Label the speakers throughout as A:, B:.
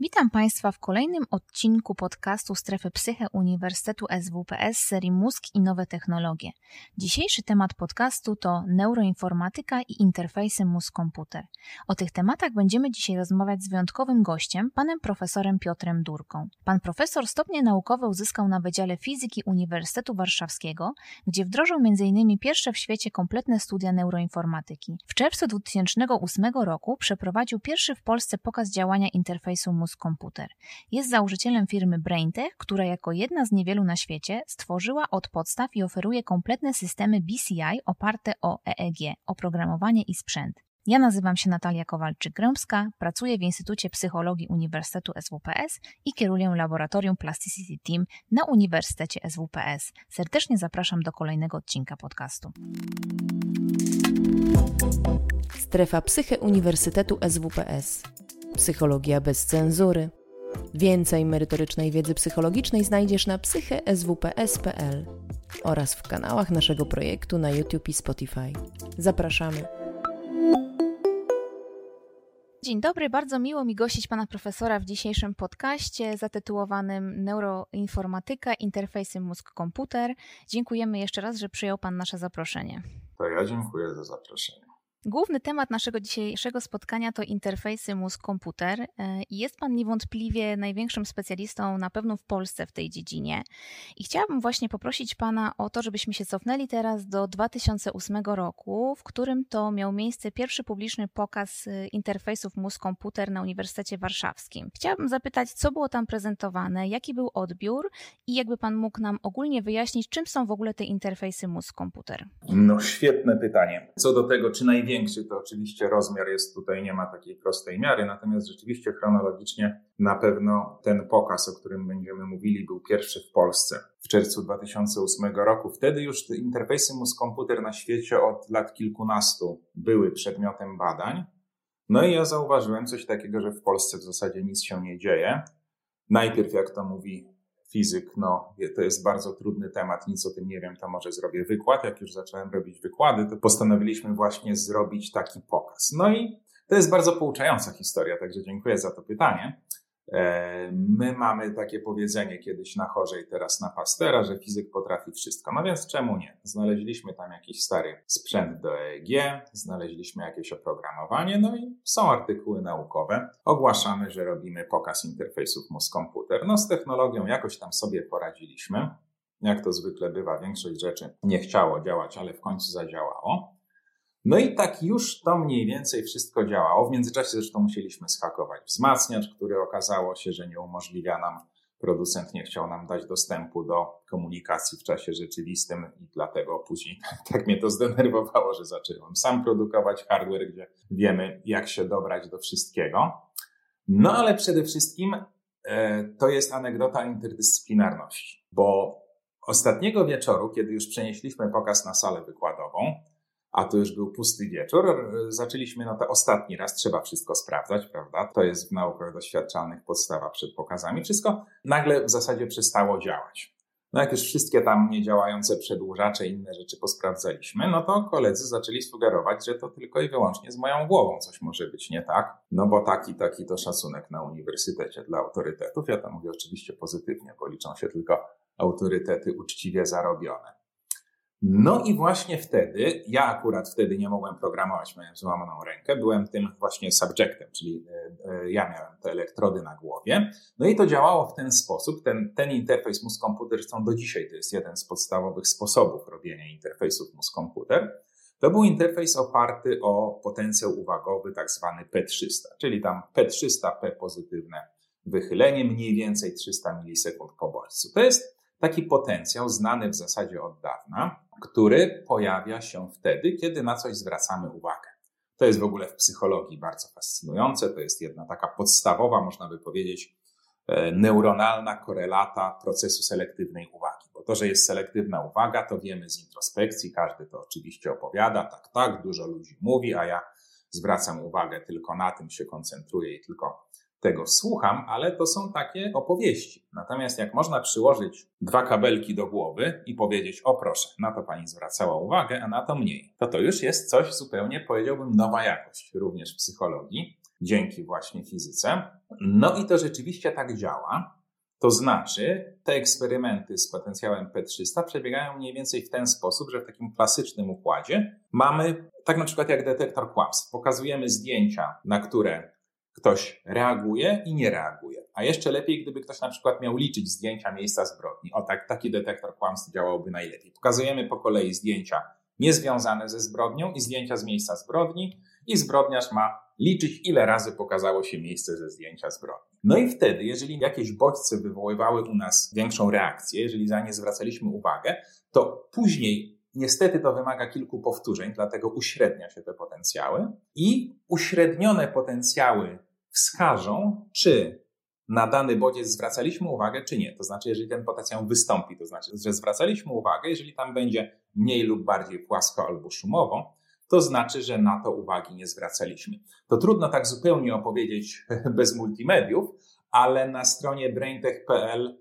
A: Witam Państwa w kolejnym odcinku podcastu Strefy Psyche Uniwersytetu SWPS z serii Mózg i nowe technologie. Dzisiejszy temat podcastu to neuroinformatyka i interfejsy mózg-komputer. O tych tematach będziemy dzisiaj rozmawiać z wyjątkowym gościem, panem profesorem Piotrem Durką. Pan profesor stopnie naukowe uzyskał na Wydziale Fizyki Uniwersytetu Warszawskiego, gdzie wdrożył m.in. pierwsze w świecie kompletne studia neuroinformatyki. W czerwcu 2008 roku przeprowadził pierwszy w Polsce pokaz działania interfejsu mózg-komputer. Jest założycielem firmy BrainTech, która jako jedna z niewielu na świecie stworzyła od podstaw i oferuje kompletne systemy BCI oparte o EEG, oprogramowanie i sprzęt. Ja nazywam się Natalia Kowalczyk-Grębska, pracuję w Instytucie Psychologii Uniwersytetu SWPS i kieruję Laboratorium Plasticity Team na Uniwersytecie SWPS. Serdecznie zapraszam do kolejnego odcinka podcastu.
B: Strefa Psyche Uniwersytetu SWPS. Psychologia bez cenzury. Więcej merytorycznej wiedzy psychologicznej znajdziesz na psycheswps.pl oraz w kanałach naszego projektu na YouTube i Spotify. Zapraszamy.
A: Dzień dobry, bardzo miło mi gościć pana profesora w dzisiejszym podcaście zatytułowanym Neuroinformatyka, interfejsy mózg-komputer. Dziękujemy jeszcze raz, że przyjął pan nasze zaproszenie.
C: To ja dziękuję za zaproszenie.
A: Główny temat naszego dzisiejszego spotkania to interfejsy mózg-komputer i jest pan niewątpliwie największym specjalistą na pewno w Polsce w tej dziedzinie. I chciałabym właśnie poprosić pana o to, żebyśmy się cofnęli teraz do 2008 roku, w którym to miał miejsce pierwszy publiczny pokaz interfejsów mózg-komputer na Uniwersytecie Warszawskim. Chciałabym zapytać, co było tam prezentowane, jaki był odbiór i jakby pan mógł nam ogólnie wyjaśnić, czym są w ogóle te interfejsy mózg-komputer.
C: No świetne pytanie. Co do tego, czy największy, to oczywiście rozmiar jest tutaj, nie ma takiej prostej miary, natomiast rzeczywiście chronologicznie na pewno ten pokaz, o którym będziemy mówili, był pierwszy w Polsce w czerwcu 2008 roku. Wtedy już te interfejsy mózg-komputer na świecie od lat kilkunastu były przedmiotem badań. No i ja zauważyłem coś takiego, że w Polsce w zasadzie nic się nie dzieje. Najpierw, jak to mówi fizyk, to jest bardzo trudny temat, nic o tym nie wiem, to może zrobię wykład. Jak już zacząłem robić wykłady, to postanowiliśmy właśnie zrobić taki pokaz. No i to jest bardzo pouczająca historia, także dziękuję za to pytanie. My mamy takie powiedzenie kiedyś na Chorzej, teraz na Pastera, że fizyk potrafi wszystko. No więc czemu nie? Znaleźliśmy tam jakiś stary sprzęt do EEG, znaleźliśmy jakieś oprogramowanie, no i są artykuły naukowe. Ogłaszamy, że robimy pokaz interfejsów mózg-komputer. No z technologią jakoś tam sobie poradziliśmy. Jak to zwykle bywa, większość rzeczy nie chciało działać, ale w końcu zadziałało. No i tak już to mniej więcej wszystko działało. W międzyczasie zresztą musieliśmy zhakować wzmacniacz, który okazało się, że nie umożliwia nam, producent nie chciał nam dać dostępu do komunikacji w czasie rzeczywistym i dlatego później tak mnie to zdenerwowało, że zacząłem sam produkować hardware, gdzie wiemy, jak się dobrać do wszystkiego. No ale przede wszystkim to jest anegdota interdyscyplinarności, bo ostatniego wieczoru, kiedy już przenieśliśmy pokaz na salę wykładową, a to już był pusty wieczór, zaczęliśmy to ostatni raz, trzeba wszystko sprawdzać, prawda? To jest w naukach doświadczalnych podstawa przed pokazami. Wszystko nagle w zasadzie przestało działać. No jak już wszystkie tam niedziałające przedłużacze i inne rzeczy posprawdzaliśmy, no to koledzy zaczęli sugerować, że to tylko i wyłącznie z moją głową coś może być nie tak, no bo taki to szacunek na uniwersytecie dla autorytetów. Ja to mówię oczywiście pozytywnie, bo liczą się tylko autorytety uczciwie zarobione. No i właśnie wtedy, ja akurat wtedy nie mogłem programować, miałem złamaną rękę, byłem tym właśnie subjectem, czyli ja miałem te elektrody na głowie. No i to działało w ten sposób, ten interfejs mózg-komputer, zresztą do dzisiaj to jest jeden z podstawowych sposobów robienia interfejsów mózg-komputer. To był interfejs oparty o potencjał uwagowy, tak zwany P300, czyli tam P300, P pozytywne wychylenie, mniej więcej 300 milisekund po bodźcu. To jest taki potencjał znany w zasadzie od dawna, który pojawia się wtedy, kiedy na coś zwracamy uwagę. To jest w ogóle w psychologii bardzo fascynujące. To jest jedna taka podstawowa, można by powiedzieć, neuronalna korelata procesu selektywnej uwagi. Bo to, że jest selektywna uwaga, to wiemy z introspekcji, każdy to oczywiście opowiada, tak, dużo ludzi mówi, a ja zwracam uwagę tylko na tym, się koncentruję i tylko tego słucham, ale to są takie opowieści. Natomiast jak można przyłożyć dwa kabelki do głowy i powiedzieć, o proszę, na to pani zwracała uwagę, a na to mniej, to już jest coś zupełnie, powiedziałbym, nowa jakość, również w psychologii. dzięki właśnie fizyce. No i to rzeczywiście tak działa. To znaczy, te eksperymenty z potencjałem P300 przebiegają mniej więcej w ten sposób, że w takim klasycznym układzie mamy, tak na przykład jak detektor kłamstw, pokazujemy zdjęcia, na które ktoś reaguje i nie reaguje. A jeszcze lepiej, gdyby ktoś na przykład miał liczyć zdjęcia miejsca zbrodni. Taki detektor kłamstw działałby najlepiej. Pokazujemy po kolei zdjęcia niezwiązane ze zbrodnią i zdjęcia z miejsca zbrodni i zbrodniarz ma liczyć, ile razy pokazało się miejsce ze zdjęcia zbrodni. No i wtedy, jeżeli jakieś bodźce wywoływały u nas większą reakcję, jeżeli za nie zwracaliśmy uwagę, to później niestety to wymaga kilku powtórzeń, dlatego uśrednia się te potencjały i uśrednione potencjały wskażą, czy na dany bodziec zwracaliśmy uwagę, czy nie. To znaczy, jeżeli ten potencjał wystąpi, to znaczy, że zwracaliśmy uwagę, jeżeli tam będzie mniej lub bardziej płasko albo szumowo, to znaczy, że na to uwagi nie zwracaliśmy. To trudno tak zupełnie opowiedzieć bez multimediów, ale na stronie braintech.pl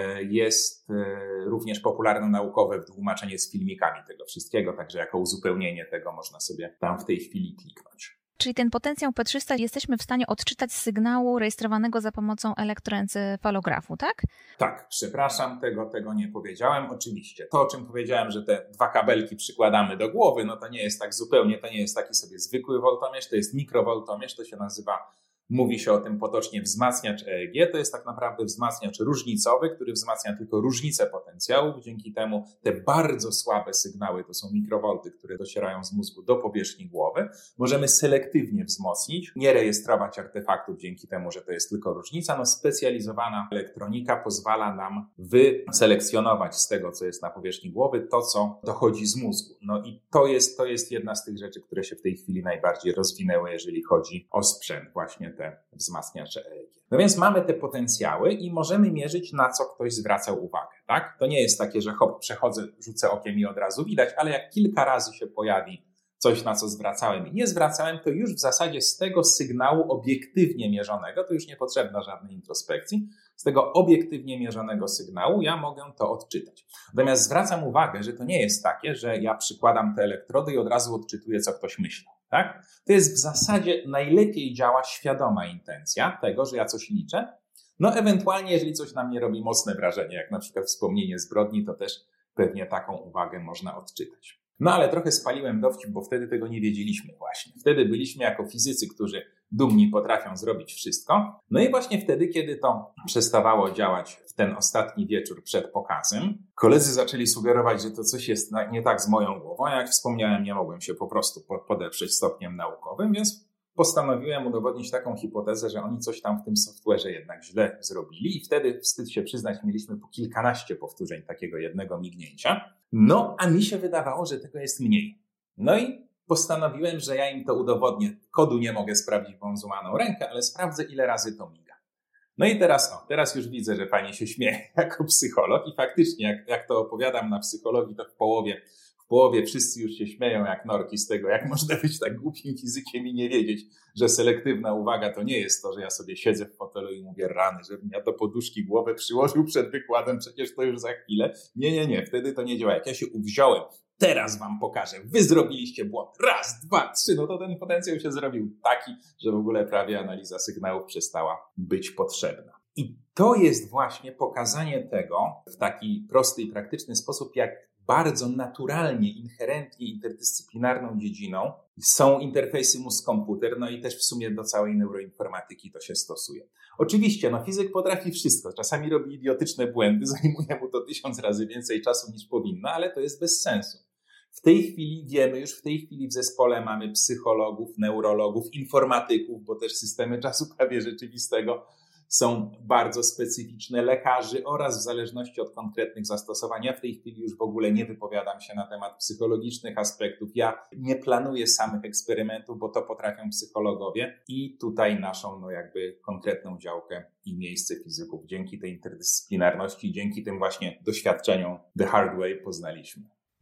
C: jest również popularno-naukowe tłumaczenie z filmikami tego wszystkiego, także jako uzupełnienie tego można sobie tam w tej chwili kliknąć.
A: Czyli ten potencjał P300 jesteśmy w stanie odczytać z sygnału rejestrowanego za pomocą elektroencefalografu, tak?
C: Tak, przepraszam, tego nie powiedziałem. Oczywiście, to o czym powiedziałem, że te dwa kabelki przykładamy do głowy, no to nie jest tak zupełnie, to nie jest taki sobie zwykły woltomierz, to jest mikrowoltomierz, to się nazywa, mówi się o tym potocznie, wzmacniacz EEG. To jest tak naprawdę wzmacniacz różnicowy, który wzmacnia tylko różnicę potencjałów. Dzięki temu te bardzo słabe sygnały, to są mikrowolty, które docierają z mózgu do powierzchni głowy, możemy selektywnie wzmocnić, nie rejestrować artefaktów dzięki temu, że to jest tylko różnica. No, specjalizowana elektronika pozwala nam wyselekcjonować z tego, co jest na powierzchni głowy, to, co dochodzi z mózgu. No i to jest jedna z tych rzeczy, które się w tej chwili najbardziej rozwinęły, jeżeli chodzi o sprzęt, właśnie te wzmacniacze EEG. No więc mamy te potencjały i możemy mierzyć, na co ktoś zwracał uwagę, tak? To nie jest takie, że hop, przechodzę, rzucę okiem i od razu widać, ale jak kilka razy się pojawi coś, na co zwracałem i nie zwracałem, to już w zasadzie z tego sygnału obiektywnie mierzonego, to już nie potrzebna żadnej introspekcji, z tego obiektywnie mierzonego sygnału ja mogę to odczytać. Natomiast zwracam uwagę, że to nie jest takie, że ja przykładam te elektrody i od razu odczytuję, co ktoś myślał. Tak? To jest w zasadzie najlepiej działa świadoma intencja tego, że ja coś liczę. No ewentualnie, jeżeli coś na mnie robi mocne wrażenie, jak na przykład wspomnienie zbrodni, to też pewnie taką uwagę można odczytać. No ale trochę spaliłem dowcip, bo wtedy tego nie wiedzieliśmy właśnie. Wtedy byliśmy jako fizycy, którzy dumni potrafią zrobić wszystko. No i właśnie wtedy, kiedy to przestawało działać w ten ostatni wieczór przed pokazem, koledzy zaczęli sugerować, że to coś jest nie tak z moją głową. Jak wspomniałem, nie mogłem się po prostu podeprzeć stopniem naukowym, więc postanowiłem udowodnić taką hipotezę, że oni coś tam w tym software'ze jednak źle zrobili i wtedy, wstyd się przyznać, mieliśmy po kilkanaście powtórzeń takiego jednego mignięcia. No, a mi się wydawało, że tego jest mniej. No i postanowiłem, że ja im to udowodnię. Kodu nie mogę sprawdzić, bo mam złamaną rękę, ale sprawdzę, ile razy to miga. No i teraz już widzę, że pani się śmieje jako psycholog i faktycznie, jak to opowiadam na psychologii, to w połowie wszyscy już się śmieją jak norki z tego, jak można być tak głupim fizykiem i nie wiedzieć, że selektywna uwaga to nie jest to, że ja sobie siedzę w fotelu i mówię rany, żebym ja do poduszki głowę przyłożył przed wykładem, przecież to już za chwilę. Nie, wtedy to nie działa. Jak ja się uwziąłem, teraz wam pokażę, wy zrobiliście błąd, 1, 2, 3, no to ten potencjał się zrobił taki, że w ogóle prawie analiza sygnałów przestała być potrzebna. I to jest właśnie pokazanie tego w taki prosty i praktyczny sposób, jak bardzo naturalnie, inherentnie interdyscyplinarną dziedziną są interfejsy mózg-komputer, no i też w sumie do całej neuroinformatyki to się stosuje. Oczywiście, fizyk potrafi wszystko, czasami robi idiotyczne błędy, zajmuje mu to 1000 razy więcej czasu niż powinno, ale to jest bez sensu. W tej chwili wiemy, już w tej chwili w zespole mamy psychologów, neurologów, informatyków, bo też systemy czasu prawie rzeczywistego są bardzo specyficzne, lekarzy oraz w zależności od konkretnych zastosowań. Ja w tej chwili już w ogóle nie wypowiadam się na temat psychologicznych aspektów. Ja nie planuję samych eksperymentów, bo to potrafią psychologowie i tutaj naszą konkretną działkę i miejsce fizyków dzięki tej interdyscyplinarności, dzięki tym właśnie doświadczeniom the hard way poznaliśmy.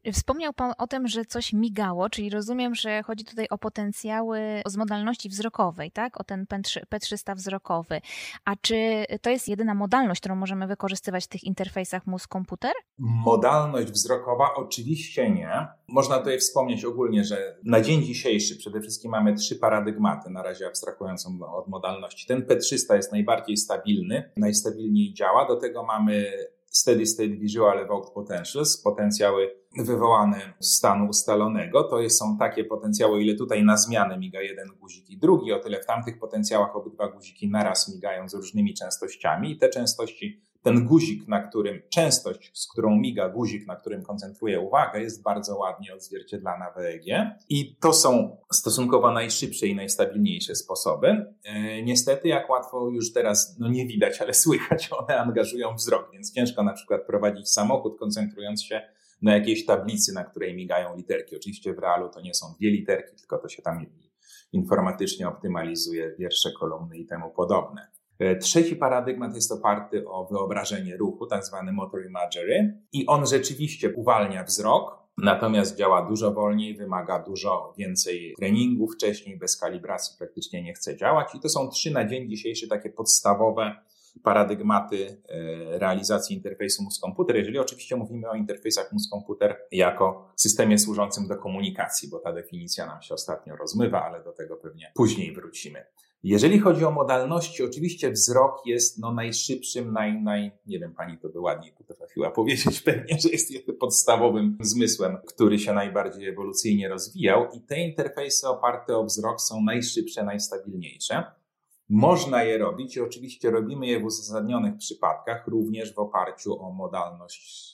A: Wspomniał Pan o tym, że coś migało, czyli rozumiem, że chodzi tutaj o potencjały z modalności wzrokowej, tak? O ten P300 wzrokowy. A czy to jest jedyna modalność, którą możemy wykorzystywać w tych interfejsach mózg-komputer?
C: Modalność wzrokowa oczywiście nie. Można tutaj wspomnieć ogólnie, że na dzień dzisiejszy przede wszystkim mamy 3 paradygmaty, na razie abstrahując od modalności. Ten P300 jest najbardziej stabilny, najstabilniej działa. Do tego mamy Steady State Visual Evoked Potentials, potencjały wywołane z stanu ustalonego. To są takie potencjały, o ile tutaj na zmianę miga jeden guzik i drugi, o tyle w tamtych potencjałach obydwa guziki naraz migają z różnymi częstościami i te częstości, ten guzik, częstość, z którą miga guzik, na którym koncentruje uwagę, jest bardzo ładnie odzwierciedlana w EEG i to są stosunkowo najszybsze i najstabilniejsze sposoby. Niestety, jak łatwo już teraz, nie widać, ale słychać, one angażują wzrok, więc ciężko na przykład prowadzić samochód, koncentrując się na jakiejś tablicy, na której migają literki. Oczywiście w realu to nie są 2 literki, tylko to się tam informatycznie optymalizuje, wiersze, kolumny i temu podobne. Trzeci paradygmat jest oparty o wyobrażenie ruchu, tak zwany motor imagery i on rzeczywiście uwalnia wzrok, natomiast działa dużo wolniej, wymaga dużo więcej treningu wcześniej, bez kalibracji praktycznie nie chce działać i to są 3 na dzień dzisiejszy takie podstawowe paradygmaty realizacji interfejsu mózg-komputer, jeżeli oczywiście mówimy o interfejsach mózg-komputer jako systemie służącym do komunikacji, bo ta definicja nam się ostatnio rozmywa, ale do tego pewnie później wrócimy. Jeżeli chodzi o modalności, oczywiście wzrok jest najszybszym, nie wiem, pani to by ładniej potrafiła powiedzieć pewnie, że jest podstawowym zmysłem, który się najbardziej ewolucyjnie rozwijał i te interfejsy oparte o wzrok są najszybsze, najstabilniejsze. Można je robić i oczywiście robimy je w uzasadnionych przypadkach, również w oparciu o modalność,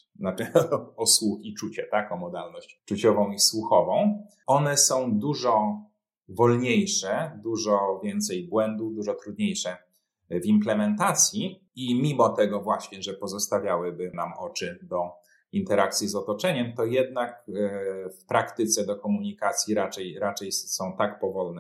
C: o słuch i czucie, tak? O modalność czuciową i słuchową. One są dużo wolniejsze, dużo więcej błędów, dużo trudniejsze w implementacji i mimo tego właśnie, że pozostawiałyby nam oczy do interakcji z otoczeniem, to jednak w praktyce do komunikacji raczej są tak powolne,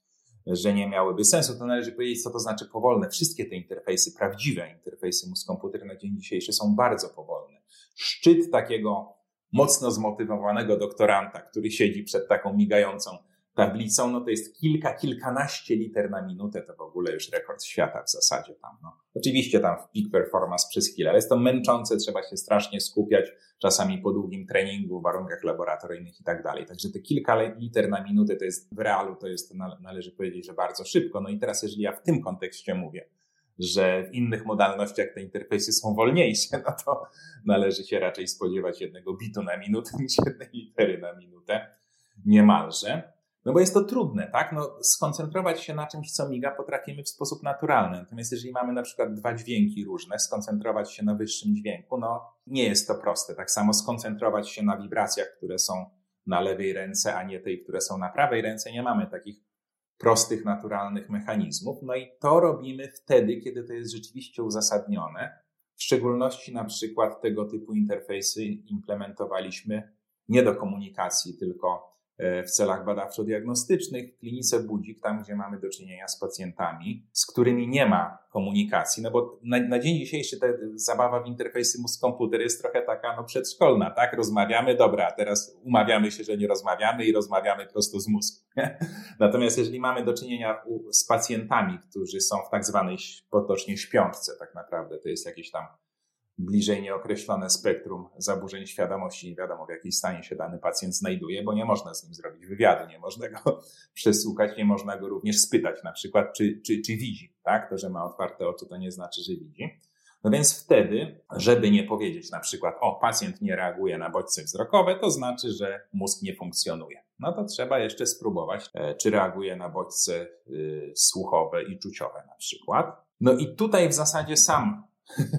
C: że nie miałyby sensu. To należy powiedzieć, co to znaczy powolne. Wszystkie te interfejsy, prawdziwe interfejsy mózg-komputer na dzień dzisiejszy są bardzo powolne. Szczyt takiego mocno zmotywowanego doktoranta, który siedzi przed taką migającą tablicą, to jest kilkanaście liter na minutę, to w ogóle już rekord świata w zasadzie tam. Oczywiście tam w peak performance przez chwilę, ale jest to męczące, trzeba się strasznie skupiać, czasami po długim treningu, w warunkach laboratoryjnych i tak dalej. Także te kilka liter na minutę to jest w realu, należy powiedzieć, że bardzo szybko. I teraz jeżeli ja w tym kontekście mówię, że w innych modalnościach te interfejsy są wolniejsze, to należy się raczej spodziewać 1 bitu na minutę niż 1 litery na minutę, niemalże. Bo jest to trudne, tak? Skoncentrować się na czymś, co miga, potrafimy w sposób naturalny. Natomiast jeżeli mamy na przykład 2 dźwięki różne, skoncentrować się na wyższym dźwięku, nie jest to proste. Tak samo skoncentrować się na wibracjach, które są na lewej ręce, a nie tej, które są na prawej ręce. Nie mamy takich prostych, naturalnych mechanizmów. I to robimy wtedy, kiedy to jest rzeczywiście uzasadnione. W szczególności na przykład tego typu interfejsy implementowaliśmy nie do komunikacji, tylko w celach badawczo-diagnostycznych w klinice Budzik, tam gdzie mamy do czynienia z pacjentami, z którymi nie ma komunikacji, bo na dzień dzisiejszy ta zabawa w interfejsy mózg-komputer jest trochę taka przedszkolna, tak? Rozmawiamy, dobra, a teraz umawiamy się, że nie rozmawiamy i rozmawiamy prosto z mózgu. Natomiast jeżeli mamy do czynienia z pacjentami, którzy są w tak zwanej potocznie śpiączce, tak naprawdę to jest jakieś tam bliżej nieokreślone spektrum zaburzeń świadomości, nie wiadomo w jakim stanie się dany pacjent znajduje, bo nie można z nim zrobić wywiadu, nie można go przesłuchać, nie można go również spytać na przykład, czy widzi, tak? To, że ma otwarte oczy, to nie znaczy, że widzi. Więc wtedy, żeby nie powiedzieć na przykład, pacjent nie reaguje na bodźce wzrokowe, to znaczy, że mózg nie funkcjonuje. To trzeba jeszcze spróbować, czy reaguje na bodźce słuchowe i czuciowe na przykład. I tutaj w zasadzie sam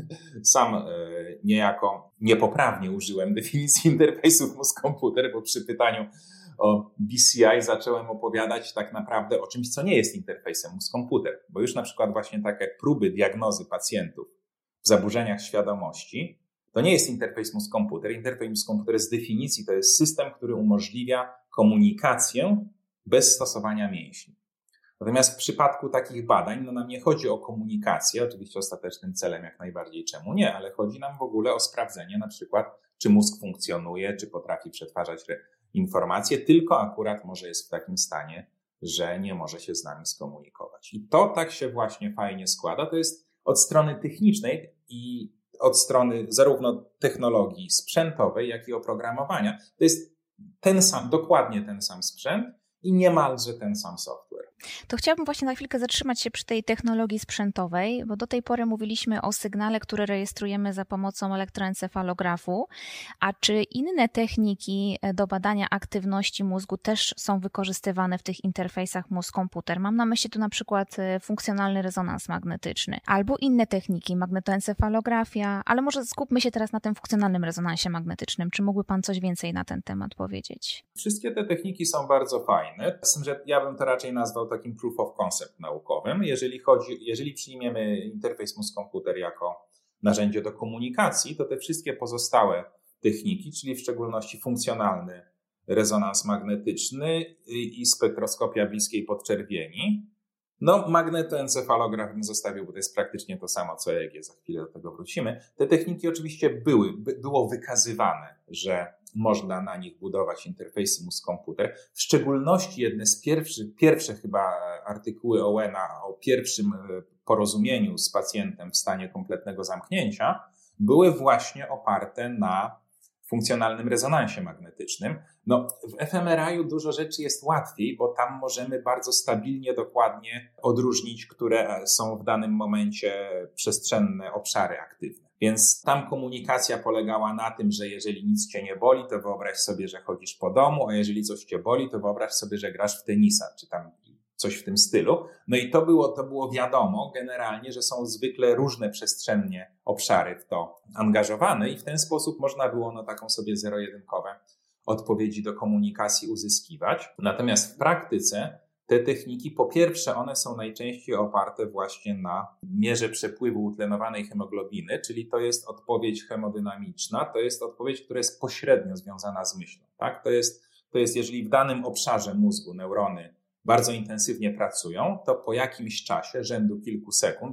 C: niejako niepoprawnie użyłem definicji interfejsów mózg-komputer, bo przy pytaniu o BCI zacząłem opowiadać tak naprawdę o czymś, co nie jest interfejsem mózg-komputer, bo już na przykład właśnie tak jak próby diagnozy pacjentów w zaburzeniach świadomości, to nie jest interfejs mózg-komputer. Interfejs mózg-komputer z definicji to jest system, który umożliwia komunikację bez stosowania mięśni. Natomiast w przypadku takich badań, nam nie chodzi o komunikację, oczywiście ostatecznym celem jak najbardziej, czemu nie, ale chodzi nam w ogóle o sprawdzenie na przykład, czy mózg funkcjonuje, czy potrafi przetwarzać informacje, tylko akurat może jest w takim stanie, że nie może się z nami skomunikować. I to tak się właśnie fajnie składa. To jest od strony technicznej i od strony zarówno technologii sprzętowej, jak i oprogramowania. To jest dokładnie ten sam sprzęt i niemalże ten sam software.
A: To chciałabym właśnie na chwilkę zatrzymać się przy tej technologii sprzętowej, bo do tej pory mówiliśmy o sygnale, który rejestrujemy za pomocą elektroencefalografu, a czy inne techniki do badania aktywności mózgu też są wykorzystywane w tych interfejsach mózg-komputer? Mam na myśli tu na przykład funkcjonalny rezonans magnetyczny albo inne techniki, magnetoencefalografia, ale może skupmy się teraz na tym funkcjonalnym rezonansie magnetycznym. Czy mógłby Pan coś więcej na ten temat powiedzieć?
C: Wszystkie te techniki są bardzo fajne, z tym, że ja bym to raczej nazwał takim proof of concept naukowym. Jeżeli przyjmiemy interfejs mózg-komputer jako narzędzie do komunikacji, to te wszystkie pozostałe techniki, czyli w szczególności funkcjonalny rezonans magnetyczny i spektroskopia bliskiej podczerwieni, magnetoencefalograf bym zostawił, bo to jest praktycznie to samo co EEG, za chwilę do tego wrócimy. Te techniki oczywiście było wykazywane, że można na nich budować interfejsy mózg-komputer. W szczególności jedne z pierwszych chyba artykuły Owena o pierwszym porozumieniu z pacjentem w stanie kompletnego zamknięcia były właśnie oparte na funkcjonalnym rezonansie magnetycznym. W fMRI-u dużo rzeczy jest łatwiej, bo tam możemy bardzo stabilnie, dokładnie odróżnić, które są w danym momencie przestrzenne obszary aktywne. Więc tam komunikacja polegała na tym, że jeżeli nic cię nie boli, to wyobraź sobie, że chodzisz po domu, a jeżeli coś cię boli, to wyobraź sobie, że grasz w tenisa, czy tam coś w tym stylu. I to było wiadomo generalnie, że są zwykle różne przestrzennie obszary w to angażowane i w ten sposób można było taką sobie zero-jedynkowe odpowiedzi do komunikacji uzyskiwać. Natomiast w praktyce te techniki, po pierwsze, one są najczęściej oparte właśnie na mierze przepływu utlenowanej hemoglobiny, czyli to jest odpowiedź hemodynamiczna, to jest odpowiedź, która jest pośrednio związana z myślą. Tak? To jest, jeżeli w danym obszarze mózgu neurony bardzo intensywnie pracują, to po jakimś czasie, rzędu kilku sekund,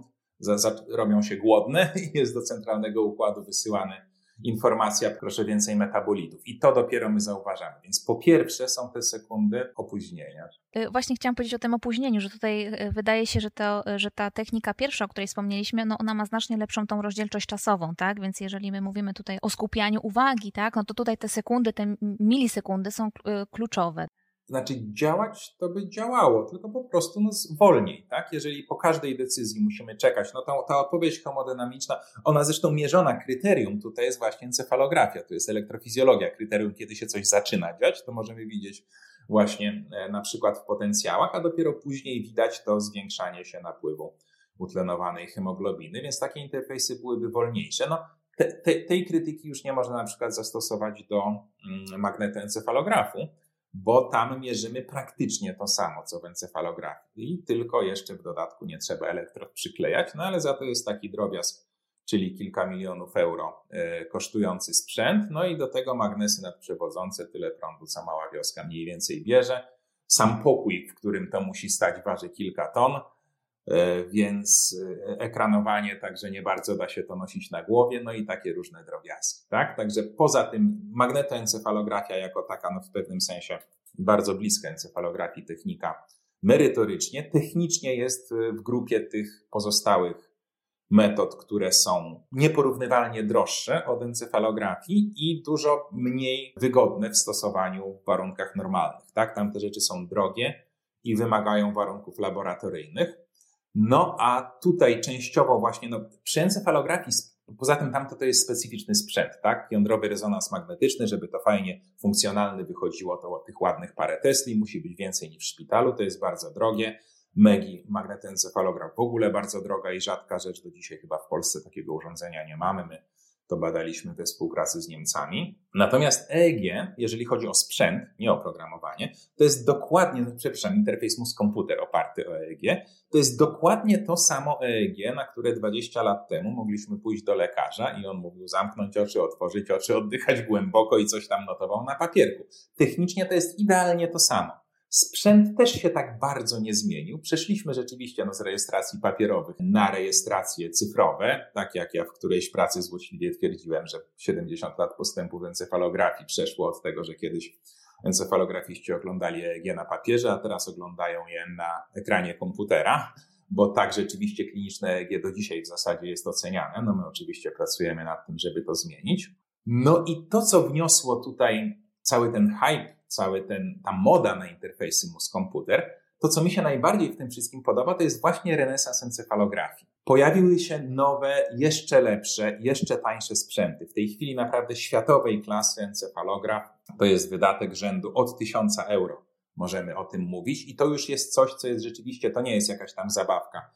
C: robią się głodne i jest do centralnego układu wysyłana informacja, proszę więcej metabolitów. I to dopiero my zauważamy. Więc po pierwsze są te sekundy opóźnienia.
A: Właśnie chciałam powiedzieć o tym opóźnieniu, że tutaj wydaje się, że ta technika pierwsza, o której wspomnieliśmy, ona ma znacznie lepszą tą rozdzielczość czasową, tak? Więc jeżeli my mówimy tutaj o skupianiu uwagi, tak? To tutaj te sekundy, te milisekundy są kluczowe.
C: Znaczy działać to by działało, tylko po prostu wolniej, tak? Jeżeli po każdej decyzji musimy czekać, ta odpowiedź hemodynamiczna, ona zresztą mierzona kryterium tutaj jest właśnie encefalografia, to jest elektrofizjologia, kryterium, kiedy się coś zaczyna dziać, to możemy widzieć właśnie na przykład w potencjałach, a dopiero później widać to zwiększanie się napływu utlenowanej hemoglobiny, więc takie interfejsy byłyby wolniejsze. Tej krytyki już nie można na przykład zastosować do magnetoencefalografu, bo tam mierzymy praktycznie to samo, co w encefalografii, tylko jeszcze w dodatku nie trzeba elektrod przyklejać, ale za to jest taki drobiazg, czyli kilka milionów euro kosztujący sprzęt, i do tego magnesy nadprzewodzące, tyle prądu, co mała wioska mniej więcej bierze. Sam pokój, w którym to musi stać, waży kilka ton, więc ekranowanie także nie bardzo da się to nosić na głowie, i takie różne drobiazgi, tak? Także poza tym magnetoencefalografia jako taka, w pewnym sensie bardzo bliska encefalografii technika merytorycznie, technicznie jest w grupie tych pozostałych metod, które są nieporównywalnie droższe od encefalografii i dużo mniej wygodne w stosowaniu w warunkach normalnych, tak? Tam te rzeczy są drogie i wymagają warunków laboratoryjnych. A tutaj częściowo właśnie, przy encefalografii, poza tym tamto to jest specyficzny sprzęt, tak? Jądrowy rezonans magnetyczny, żeby to fajnie funkcjonalny wychodziło, to tych ładnych parę Tesli, musi być więcej niż w szpitalu, to jest bardzo drogie. Magnetoencefalograf w ogóle bardzo droga i rzadka rzecz, do dzisiaj chyba w Polsce takiego urządzenia nie mamy, my to badaliśmy we współpracy z Niemcami. Natomiast EEG, jeżeli chodzi o sprzęt, nie oprogramowanie, to jest dokładnie, interfejs mózg-komputer oparty o EEG, to jest dokładnie to samo EEG, na które 20 lat temu mogliśmy pójść do lekarza i on mówił zamknąć oczy, otworzyć oczy, oddychać głęboko i coś tam notował na papierku. Technicznie to jest idealnie to samo. Sprzęt też się tak bardzo nie zmienił. Przeszliśmy rzeczywiście z rejestracji papierowych na rejestracje cyfrowe, tak jak ja w którejś pracy złośliwie twierdziłem, że 70 lat postępu w encefalografii przeszło od tego, że kiedyś encefalografiści oglądali EEG na papierze, a teraz oglądają je na ekranie komputera, bo tak rzeczywiście kliniczne EEG do dzisiaj w zasadzie jest oceniane. No my oczywiście pracujemy nad tym, żeby to zmienić. No i to, co wniosło tutaj cały ten hype, ta moda na interfejsy mózg-komputer, to co mi się najbardziej w tym wszystkim podoba, to jest właśnie renesans encefalografii. Pojawiły się nowe, jeszcze lepsze, jeszcze tańsze sprzęty. W tej chwili naprawdę światowej klasy encefalograf to jest wydatek rzędu od 1000 euro. Możemy o tym mówić i to już jest coś, co jest rzeczywiście, to nie jest jakaś tam zabawka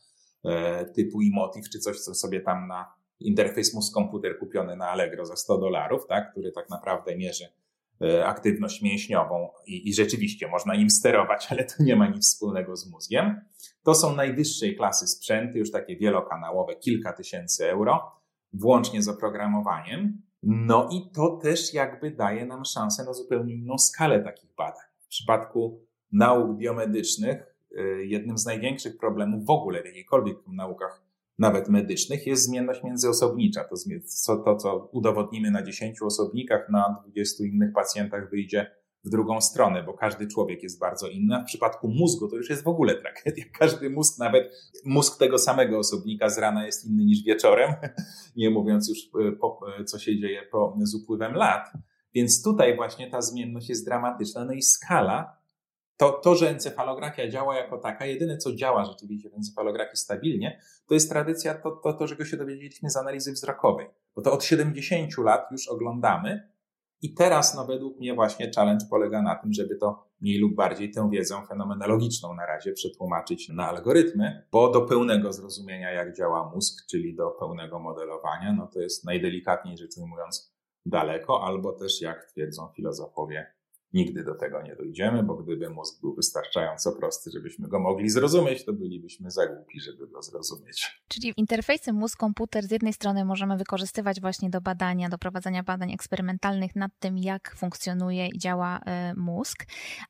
C: typu Emotiv, czy coś, co sobie tam na interfejs mózg-komputer kupiony na Allegro za $100, tak, który tak naprawdę mierzy aktywność mięśniową i rzeczywiście można nim sterować, ale to nie ma nic wspólnego z mózgiem. To są najwyższej klasy sprzęty, już takie wielokanałowe, kilka tysięcy euro, włącznie z oprogramowaniem. No i to też jakby daje nam szansę na zupełnie inną skalę takich badań. W przypadku nauk biomedycznych jednym z największych problemów w ogóle w jakichkolwiek naukach, nawet medycznych, jest zmienność międzyosobnicza. To, co udowodnimy na 10 osobnikach, na 20 innych pacjentach wyjdzie w drugą stronę, bo każdy człowiek jest bardzo inny, a w przypadku mózgu to już jest w ogóle tragedia. Każdy mózg, nawet mózg tego samego osobnika z rana jest inny niż wieczorem, nie mówiąc już co się dzieje z upływem lat. Więc tutaj właśnie ta zmienność jest dramatyczna. No i skala, to, że encefalografia działa jako taka, jedyne co działa rzeczywiście w encefalografii stabilnie, to jest tradycja, to czego się dowiedzieliśmy z analizy wzrokowej. Bo to od 70 lat już oglądamy i teraz według mnie właśnie challenge polega na tym, żeby to mniej lub bardziej tę wiedzę fenomenologiczną na razie przetłumaczyć na algorytmy, bo do pełnego zrozumienia jak działa mózg, czyli do pełnego modelowania, no to jest najdelikatniej rzecz ujmując daleko, albo też jak twierdzą filozofowie, nigdy do tego nie dojdziemy, bo gdyby mózg był wystarczająco prosty, żebyśmy go mogli zrozumieć, to bylibyśmy za głupi, żeby go zrozumieć.
A: Czyli interfejsy mózg-komputer z jednej strony możemy wykorzystywać właśnie do badania, do prowadzenia badań eksperymentalnych nad tym, jak funkcjonuje i działa mózg,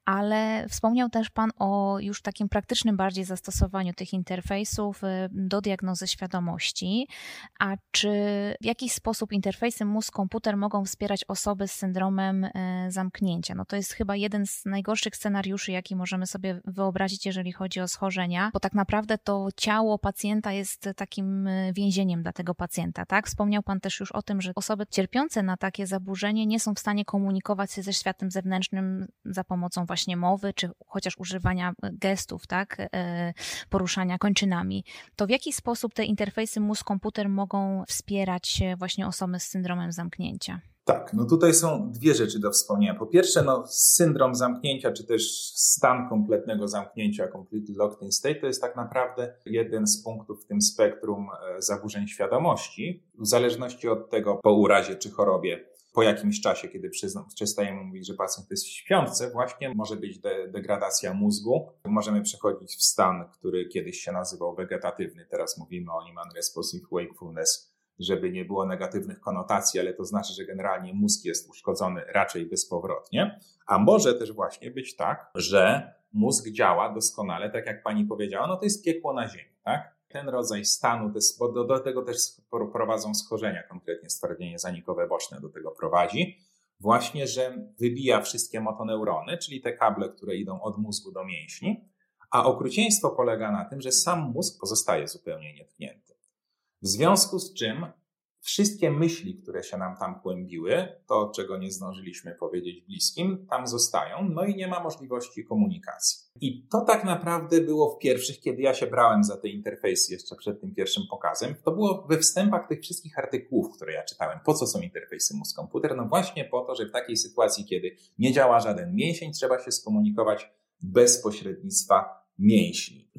A: ale wspomniał też Pan o już takim praktycznym bardziej zastosowaniu tych interfejsów do diagnozy świadomości. A czy w jakiś sposób interfejsy mózg-komputer mogą wspierać osoby z syndromem zamknięcia? No to jest chyba jeden z najgorszych scenariuszy, jaki możemy sobie wyobrazić, jeżeli chodzi o schorzenia, bo tak naprawdę to ciało pacjenta jest takim więzieniem dla tego pacjenta, tak? Wspomniał Pan też już o tym, że osoby cierpiące na takie zaburzenie nie są w stanie komunikować się ze światem zewnętrznym za pomocą właśnie mowy, czy chociaż używania gestów, tak? Poruszania kończynami. To w jaki sposób te interfejsy mózg-komputer mogą wspierać właśnie osoby z syndromem zamknięcia?
C: Tak, no tutaj są dwie rzeczy do wspomnienia. Po pierwsze, syndrom zamknięcia, czy też stan kompletnego zamknięcia, completely locked in state, to jest tak naprawdę jeden z punktów w tym spektrum zaburzeń świadomości. W zależności od tego, po urazie czy chorobie, po jakimś czasie, kiedy przestajemy mówić, że pacjent jest w śpiące, właśnie może być degradacja mózgu. Możemy przechodzić w stan, który kiedyś się nazywał wegetatywny, teraz mówimy o nim unresponsive wakefulness, żeby nie było negatywnych konotacji, ale to znaczy, że generalnie mózg jest uszkodzony raczej bezpowrotnie, a może też właśnie być tak, że mózg działa doskonale, tak jak pani powiedziała, to jest piekło na ziemi, tak? Ten rodzaj stanu, bo do tego też prowadzą schorzenia, konkretnie stwardnienie zanikowe boczne do tego prowadzi, właśnie, że wybija wszystkie motoneurony, czyli te kable, które idą od mózgu do mięśni, a okrucieństwo polega na tym, że sam mózg pozostaje zupełnie nietknięty. W związku z czym wszystkie myśli, które się nam tam kłębiły, to czego nie zdążyliśmy powiedzieć bliskim, tam zostają, i nie ma możliwości komunikacji. I to tak naprawdę było w pierwszych, kiedy ja się brałem za te interfejsy jeszcze przed tym pierwszym pokazem, to było we wstępach tych wszystkich artykułów, które ja czytałem. Po co są interfejsy mózg-komputer? Właśnie po to, że w takiej sytuacji, kiedy nie działa żaden mięsień, trzeba się skomunikować bez pośrednictwa mięśni.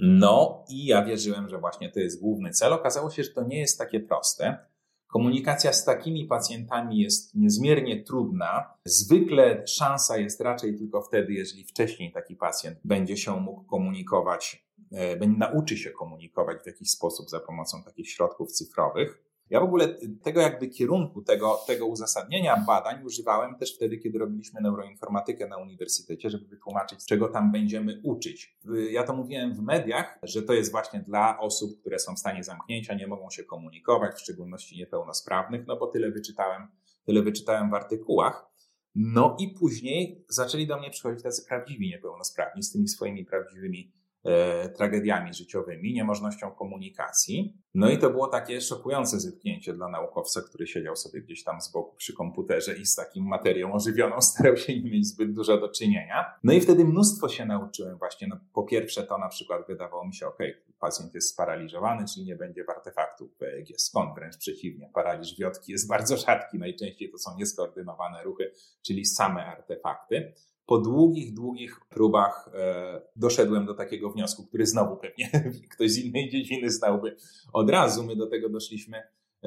C: I ja wierzyłem, że właśnie to jest główny cel. Okazało się, że to nie jest takie proste. Komunikacja z takimi pacjentami jest niezmiernie trudna. Zwykle szansa jest raczej tylko wtedy, jeżeli wcześniej taki pacjent będzie się mógł komunikować, nauczy się komunikować w jakiś sposób za pomocą takich środków cyfrowych. Ja w ogóle tego jakby kierunku, tego uzasadnienia badań używałem też wtedy, kiedy robiliśmy neuroinformatykę na uniwersytecie, żeby wytłumaczyć, czego tam będziemy uczyć. Ja to mówiłem w mediach, że to jest właśnie dla osób, które są w stanie zamknięcia, nie mogą się komunikować, w szczególności niepełnosprawnych, no bo tyle wyczytałem w artykułach. No i później zaczęli do mnie przychodzić tacy prawdziwi niepełnosprawni z tymi swoimi prawdziwymi tragediami życiowymi, niemożnością komunikacji. No i to było takie szokujące zetknięcie dla naukowca, który siedział sobie gdzieś tam z boku przy komputerze i z taką materią ożywioną starał się nie mieć zbyt dużo do czynienia. No i wtedy mnóstwo się nauczyłem właśnie. No, po pierwsze to na przykład wydawało mi się, pacjent jest sparaliżowany, czyli nie będzie artefaktów w EEG. Skąd? Wręcz przeciwnie. Paraliż wiotki jest bardzo rzadki. Najczęściej to są nieskoordynowane ruchy, czyli same artefakty. Po długich próbach doszedłem do takiego wniosku, który znowu pewnie ktoś z innej dziedziny znałby od razu. My do tego doszliśmy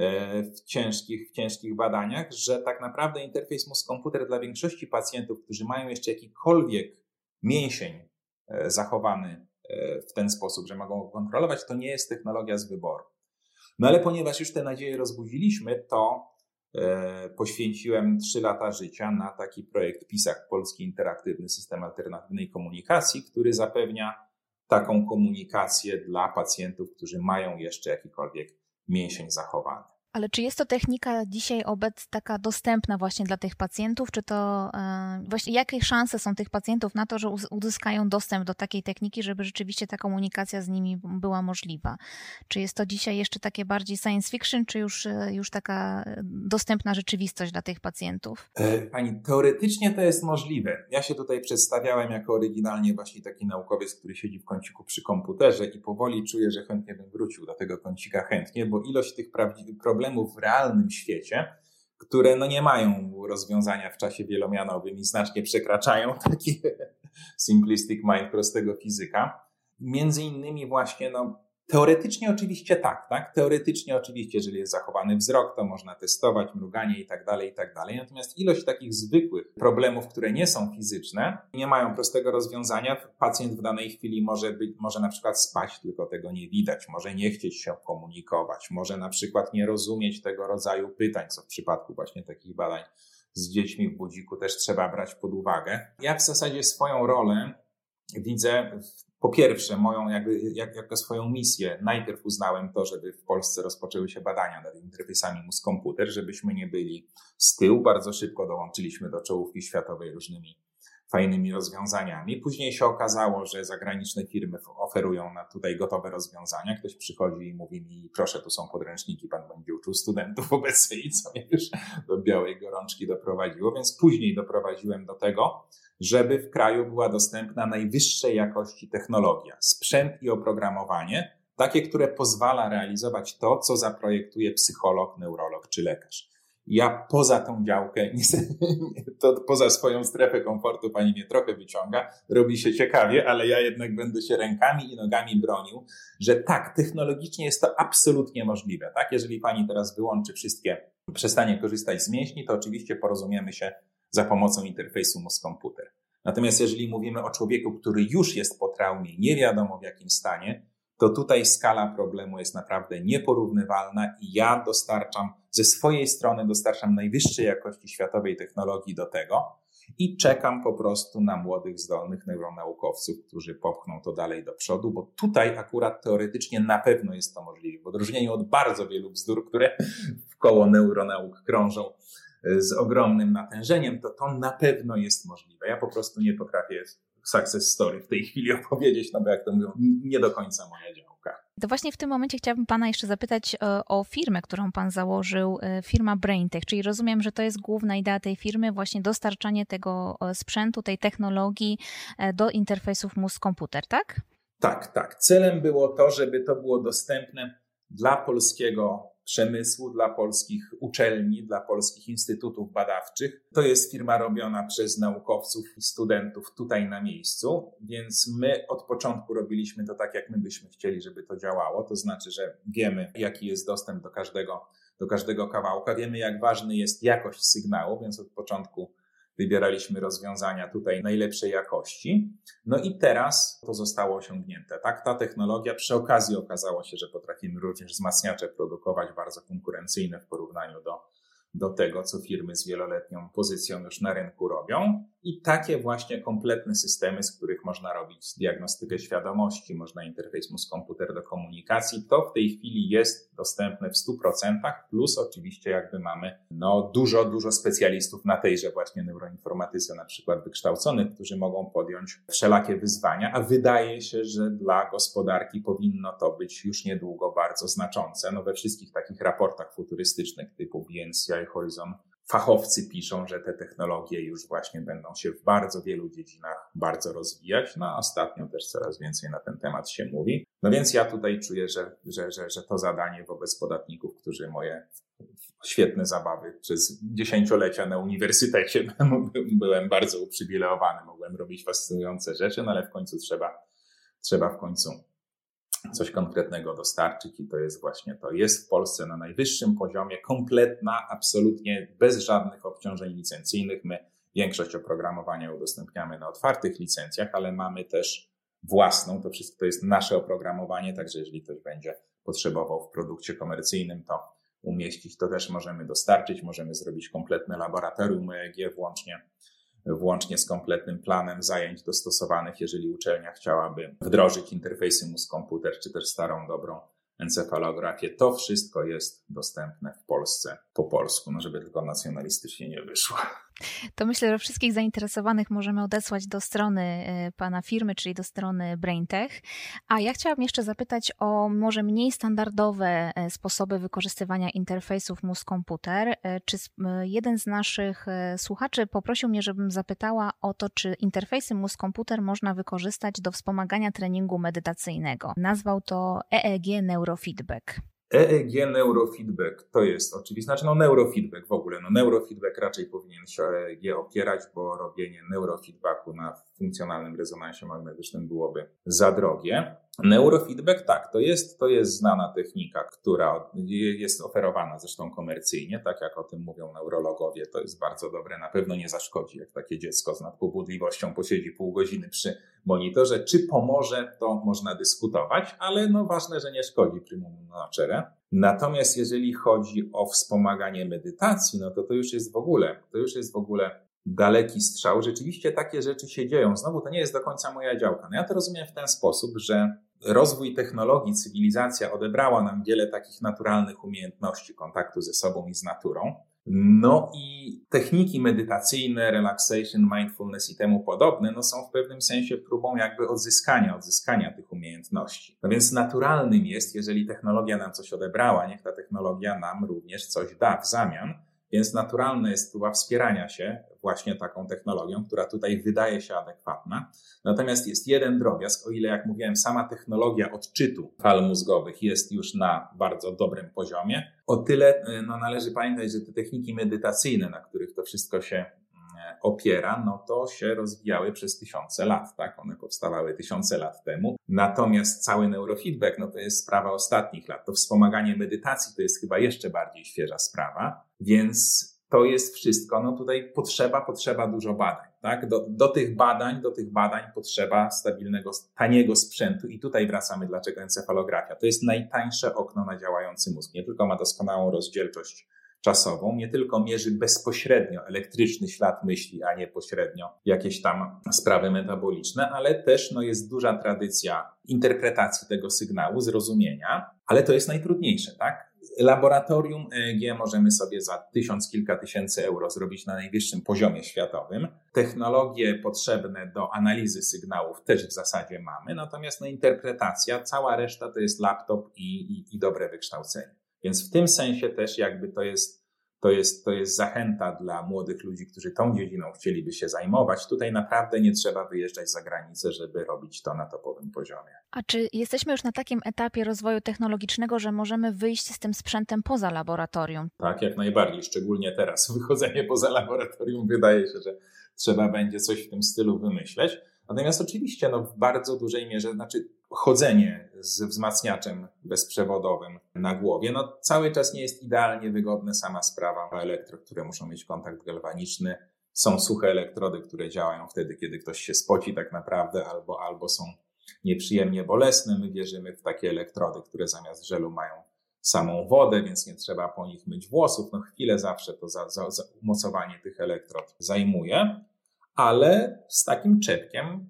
C: w ciężkich badaniach, że tak naprawdę interfejs mózg-komputer dla większości pacjentów, którzy mają jeszcze jakikolwiek mięsień zachowany w ten sposób, że mogą go kontrolować, to nie jest technologia z wyboru. No ale ponieważ już te nadzieje rozbudziliśmy, to poświęciłem 3 lata życia na taki projekt PISAK, Polski Interaktywny System Alternatywnej Komunikacji, który zapewnia taką komunikację dla pacjentów, którzy mają jeszcze jakikolwiek mięsień zachowany.
A: Ale czy jest to technika dzisiaj taka dostępna właśnie dla tych pacjentów? Czy to właśnie jakie szanse są tych pacjentów na to, że uzyskają dostęp do takiej techniki, żeby rzeczywiście ta komunikacja z nimi była możliwa? Czy jest to dzisiaj jeszcze takie bardziej science fiction, czy już taka dostępna rzeczywistość dla tych pacjentów?
C: Pani, teoretycznie to jest możliwe. Ja się tutaj przedstawiałem jako oryginalnie właśnie taki naukowiec, który siedzi w kąciku przy komputerze i powoli czuję, że chętnie bym wrócił do tego kącika chętnie, bo ilość tych problemów w realnym świecie, które nie mają rozwiązania w czasie wielomianowym i znacznie przekraczają taki simplistic mind prostego fizyka. Między innymi właśnie, teoretycznie oczywiście tak? Teoretycznie oczywiście, jeżeli jest zachowany wzrok, to można testować mruganie i tak dalej. Natomiast ilość takich zwykłych problemów, które nie są fizyczne, nie mają prostego rozwiązania. Pacjent w danej chwili może na przykład spać, tylko tego nie widać, może nie chcieć się komunikować, może na przykład nie rozumieć tego rodzaju pytań, co w przypadku właśnie takich badań z dziećmi w budziku też trzeba brać pod uwagę. Ja w zasadzie swoją rolę widzę, po pierwsze, moją jako swoją misję. Najpierw uznałem to, żeby w Polsce rozpoczęły się badania nad interfejsami mózg-komputer, żebyśmy nie byli z tyłu. Bardzo szybko dołączyliśmy do czołówki światowej różnymi fajnymi rozwiązaniami. Później się okazało, że zagraniczne firmy oferują tutaj gotowe rozwiązania. Ktoś przychodzi i mówi mi, proszę, tu są podręczniki, pan będzie uczył studentów obecnie, i co mnie już do białej gorączki doprowadziło. Więc później doprowadziłem do tego, żeby w kraju była dostępna najwyższej jakości technologia, sprzęt i oprogramowanie, takie, które pozwala realizować to, co zaprojektuje psycholog, neurolog czy lekarz. Ja poza tą działkę, to poza swoją strefę komfortu pani mnie trochę wyciąga, robi się ciekawie, ale ja jednak będę się rękami i nogami bronił, że tak, technologicznie jest to absolutnie możliwe. Tak? Jeżeli pani teraz wyłączy wszystkie, przestanie korzystać z mięśni, to oczywiście porozumiemy się za pomocą interfejsu mózg-komputer. Natomiast jeżeli mówimy o człowieku, który już jest po traumie, nie wiadomo w jakim stanie, to tutaj skala problemu jest naprawdę nieporównywalna i ja ze swojej strony dostarczam najwyższej jakości światowej technologii do tego i czekam po prostu na młodych, zdolnych neuronaukowców, którzy popchną to dalej do przodu, bo tutaj akurat teoretycznie na pewno jest to możliwe. W odróżnieniu od bardzo wielu bzdur, które wkoło neuronauk krążą z ogromnym natężeniem, to na pewno jest możliwe. Ja po prostu nie potrafię success story w tej chwili opowiedzieć, bo jak to mówią, nie do końca moja działka.
A: To właśnie w tym momencie chciałabym pana jeszcze zapytać o firmę, którą pan założył, firma BrainTech, czyli rozumiem, że to jest główna idea tej firmy, właśnie dostarczanie tego sprzętu, tej technologii do interfejsów mózg-komputer, tak?
C: Tak. Celem było to, żeby to było dostępne dla polskiego przemysłu, dla polskich uczelni, dla polskich instytutów badawczych. To jest firma robiona przez naukowców i studentów tutaj na miejscu, więc my od początku robiliśmy to tak, jak my byśmy chcieli, żeby to działało. To znaczy, że wiemy, jaki jest dostęp do każdego kawałka, wiemy, jak ważny jest jakość sygnału, więc od początku wybieraliśmy rozwiązania tutaj najlepszej jakości. No i teraz to zostało osiągnięte, tak? Ta technologia, przy okazji okazało się, że potrafimy również wzmacniacze produkować bardzo konkurencyjne w porównaniu do tego, co firmy z wieloletnią pozycją już na rynku robią. I takie właśnie kompletne systemy, z których można robić diagnostykę świadomości, można interfejs mózg-komputer do komunikacji, to w tej chwili jest dostępne w 100%, plus oczywiście jakby mamy dużo specjalistów na tejże właśnie neuroinformatyce na przykład wykształconych, którzy mogą podjąć wszelakie wyzwania, a wydaje się, że dla gospodarki powinno to być już niedługo bardzo znaczące. No we wszystkich takich raportach futurystycznych typu BNCI Horizon fachowcy piszą, że te technologie już właśnie będą się w bardzo wielu dziedzinach bardzo rozwijać. No a ostatnio też coraz więcej na ten temat się mówi. No więc ja tutaj czuję, że to zadanie wobec podatników, którzy moje świetne zabawy przez dziesięciolecia na uniwersytecie byłem bardzo uprzywilejowany, mogłem robić fascynujące rzeczy, no ale w końcu trzeba w końcu coś konkretnego dostarczyć i to jest właśnie to. Jest w Polsce na najwyższym poziomie, kompletna, absolutnie bez żadnych obciążeń licencyjnych. My większość oprogramowania udostępniamy na otwartych licencjach, ale mamy też własną, to wszystko to jest nasze oprogramowanie, także jeżeli ktoś będzie potrzebował w produkcie komercyjnym to umieścić, to też możemy dostarczyć, możemy zrobić kompletne laboratorium EEG włącznie z kompletnym planem zajęć dostosowanych, jeżeli uczelnia chciałaby wdrożyć interfejsy mózg-komputer, czy też starą, dobrą encefalografię. To wszystko jest dostępne w Polsce po polsku, żeby tylko nacjonalistycznie nie wyszło.
A: To myślę, że wszystkich zainteresowanych możemy odesłać do strony pana firmy, czyli do strony BrainTech. A ja chciałabym jeszcze zapytać o może mniej standardowe sposoby wykorzystywania interfejsów mózg-komputer. Czy jeden z naszych słuchaczy poprosił mnie, żebym zapytała o to, czy interfejsy mózg-komputer można wykorzystać do wspomagania treningu medytacyjnego. Nazwał to EEG Neurofeedback.
C: EEG Neurofeedback to jest oczywiście, neurofeedback w ogóle, neurofeedback raczej powinien się o EEG opierać, bo robienie neurofeedbacku na funkcjonalnym rezonansie magnetycznym byłoby za drogie. Neurofeedback tak, to jest znana technika, która jest oferowana zresztą komercyjnie, tak jak o tym mówią neurologowie, to jest bardzo dobre, na pewno nie zaszkodzi, jak takie dziecko z nadpobudliwością posiedzi pół godziny przy monitorze. Czy pomoże, to można dyskutować, ale ważne, że nie szkodzi primum nocere. Natomiast jeżeli chodzi o wspomaganie medytacji, to już jest w ogóle daleki strzał. Rzeczywiście takie rzeczy się dzieją. Znowu to nie jest do końca moja działka. Ja to rozumiem w ten sposób, że rozwój technologii, cywilizacja odebrała nam wiele takich naturalnych umiejętności kontaktu ze sobą i z naturą. I techniki medytacyjne, relaxation, mindfulness i temu podobne, są w pewnym sensie próbą jakby odzyskania tych umiejętności. Więc naturalnym jest, jeżeli technologia nam coś odebrała, niech ta technologia nam również coś da w zamian. Więc naturalna jest próba wspierania się właśnie taką technologią, która tutaj wydaje się adekwatna. Natomiast jest jeden drobiazg, o ile, jak mówiłem, sama technologia odczytu fal mózgowych jest już na bardzo dobrym poziomie, o tyle należy pamiętać, że te techniki medytacyjne, na których to wszystko się opiera, to się rozwijały przez tysiące lat, tak? One powstawały tysiące lat temu. Natomiast cały neurofeedback, to jest sprawa ostatnich lat. To wspomaganie medytacji to jest chyba jeszcze bardziej świeża sprawa, więc to jest wszystko. Tutaj potrzeba dużo badań, tak? Do tych badań potrzeba stabilnego, taniego sprzętu i tutaj wracamy, dlaczego encefalografia. To jest najtańsze okno na działający mózg. Nie tylko ma doskonałą rozdzielczość czasową, nie tylko mierzy bezpośrednio elektryczny ślad myśli, a nie pośrednio jakieś tam sprawy metaboliczne, ale też jest duża tradycja interpretacji tego sygnału, zrozumienia, ale to jest najtrudniejsze, tak? Laboratorium EEG możemy sobie za 1000, kilka tysięcy euro zrobić na najwyższym poziomie światowym. Technologie potrzebne do analizy sygnałów też w zasadzie mamy, natomiast interpretacja, cała reszta to jest laptop i dobre wykształcenie. Więc w tym sensie też jakby to jest zachęta dla młodych ludzi, którzy tą dziedziną chcieliby się zajmować. Tutaj naprawdę nie trzeba wyjeżdżać za granicę, żeby robić to na topowym poziomie.
A: A czy jesteśmy już na takim etapie rozwoju technologicznego, że możemy wyjść z tym sprzętem poza laboratorium?
C: Tak, jak najbardziej. Szczególnie teraz wychodzenie poza laboratorium wydaje się, że trzeba będzie coś w tym stylu wymyśleć. Natomiast oczywiście w bardzo dużej mierze, chodzenie z wzmacniaczem bezprzewodowym na głowie, cały czas nie jest idealnie wygodne, sama sprawa elektro, które muszą mieć kontakt galwaniczny, Są suche elektrody, które działają wtedy, kiedy ktoś się spoci tak naprawdę, albo są nieprzyjemnie bolesne. My wierzymy w takie elektrody, które zamiast żelu mają samą wodę, więc nie trzeba po nich myć włosów. Chwilę zawsze to za umocowanie tych elektrod zajmuje, ale z takim czepkiem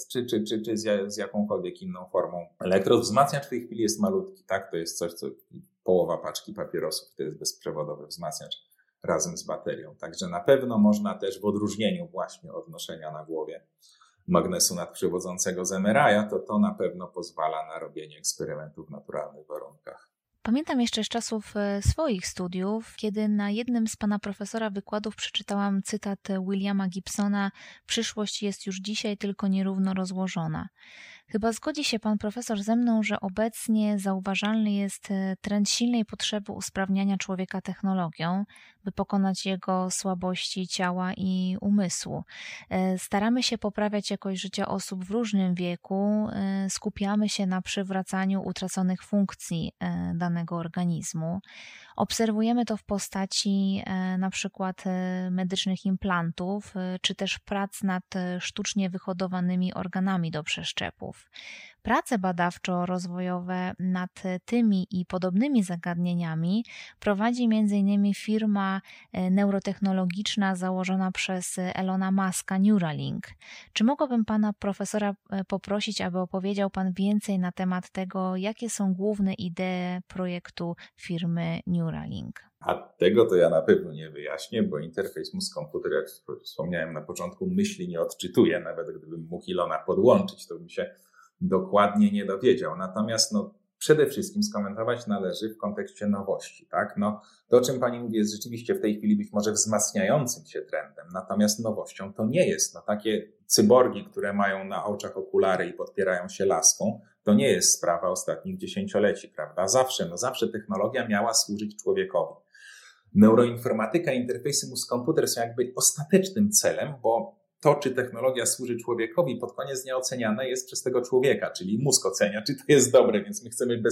C: czy z jakąkolwiek inną formą elektrod. Wzmacniacz w tej chwili jest malutki, tak? To jest coś, co połowa paczki papierosów, to jest bezprzewodowy wzmacniacz razem z baterią. Także na pewno można też w odróżnieniu właśnie od noszenia na głowie magnesu nadprzewodzącego z MRI-a, to na pewno pozwala na robienie eksperymentów w naturalnych warunkach.
A: Pamiętam jeszcze z czasów swoich studiów, kiedy na jednym z pana profesora wykładów przeczytałam cytat Williama Gibsona: przyszłość jest już dzisiaj, tylko nierówno rozłożona. Chyba zgodzi się pan profesor ze mną, że obecnie zauważalny jest trend silnej potrzeby usprawniania człowieka technologią, by pokonać jego słabości ciała i umysłu. Staramy się poprawiać jakość życia osób w różnym wieku, skupiamy się na przywracaniu utraconych funkcji danego organizmu. Obserwujemy to w postaci na przykład medycznych implantów, czy też prac nad sztucznie wyhodowanymi organami do przeszczepów. Prace badawczo-rozwojowe nad tymi i podobnymi zagadnieniami prowadzi m.in. firma neurotechnologiczna założona przez Elona Muska, Neuralink. Czy mogłabym pana profesora poprosić, aby opowiedział pan więcej na temat tego, jakie są główne idee projektu firmy Neuralink?
C: A tego to ja na pewno nie wyjaśnię, bo interfejs mózg-komputer, jak wspomniałem na początku, myśli nie odczytuje. Nawet gdybym mógł Ilona podłączyć, to bym się dokładnie nie dowiedział. Natomiast przede wszystkim skomentować należy w kontekście nowości. Tak? To, o czym pani mówi, jest rzeczywiście w tej chwili być może wzmacniającym się trendem. Natomiast nowością to nie jest. Takie cyborgi, które mają na oczach okulary i podpierają się laską, to nie jest sprawa ostatnich dziesięcioleci, prawda? Zawsze technologia miała służyć człowiekowi. Neuroinformatyka i interfejsy mózg-komputer są jakby ostatecznym celem, bo to, czy technologia służy człowiekowi, pod koniec dnia oceniane jest przez tego człowieka, czyli mózg ocenia, czy to jest dobre, więc my chcemy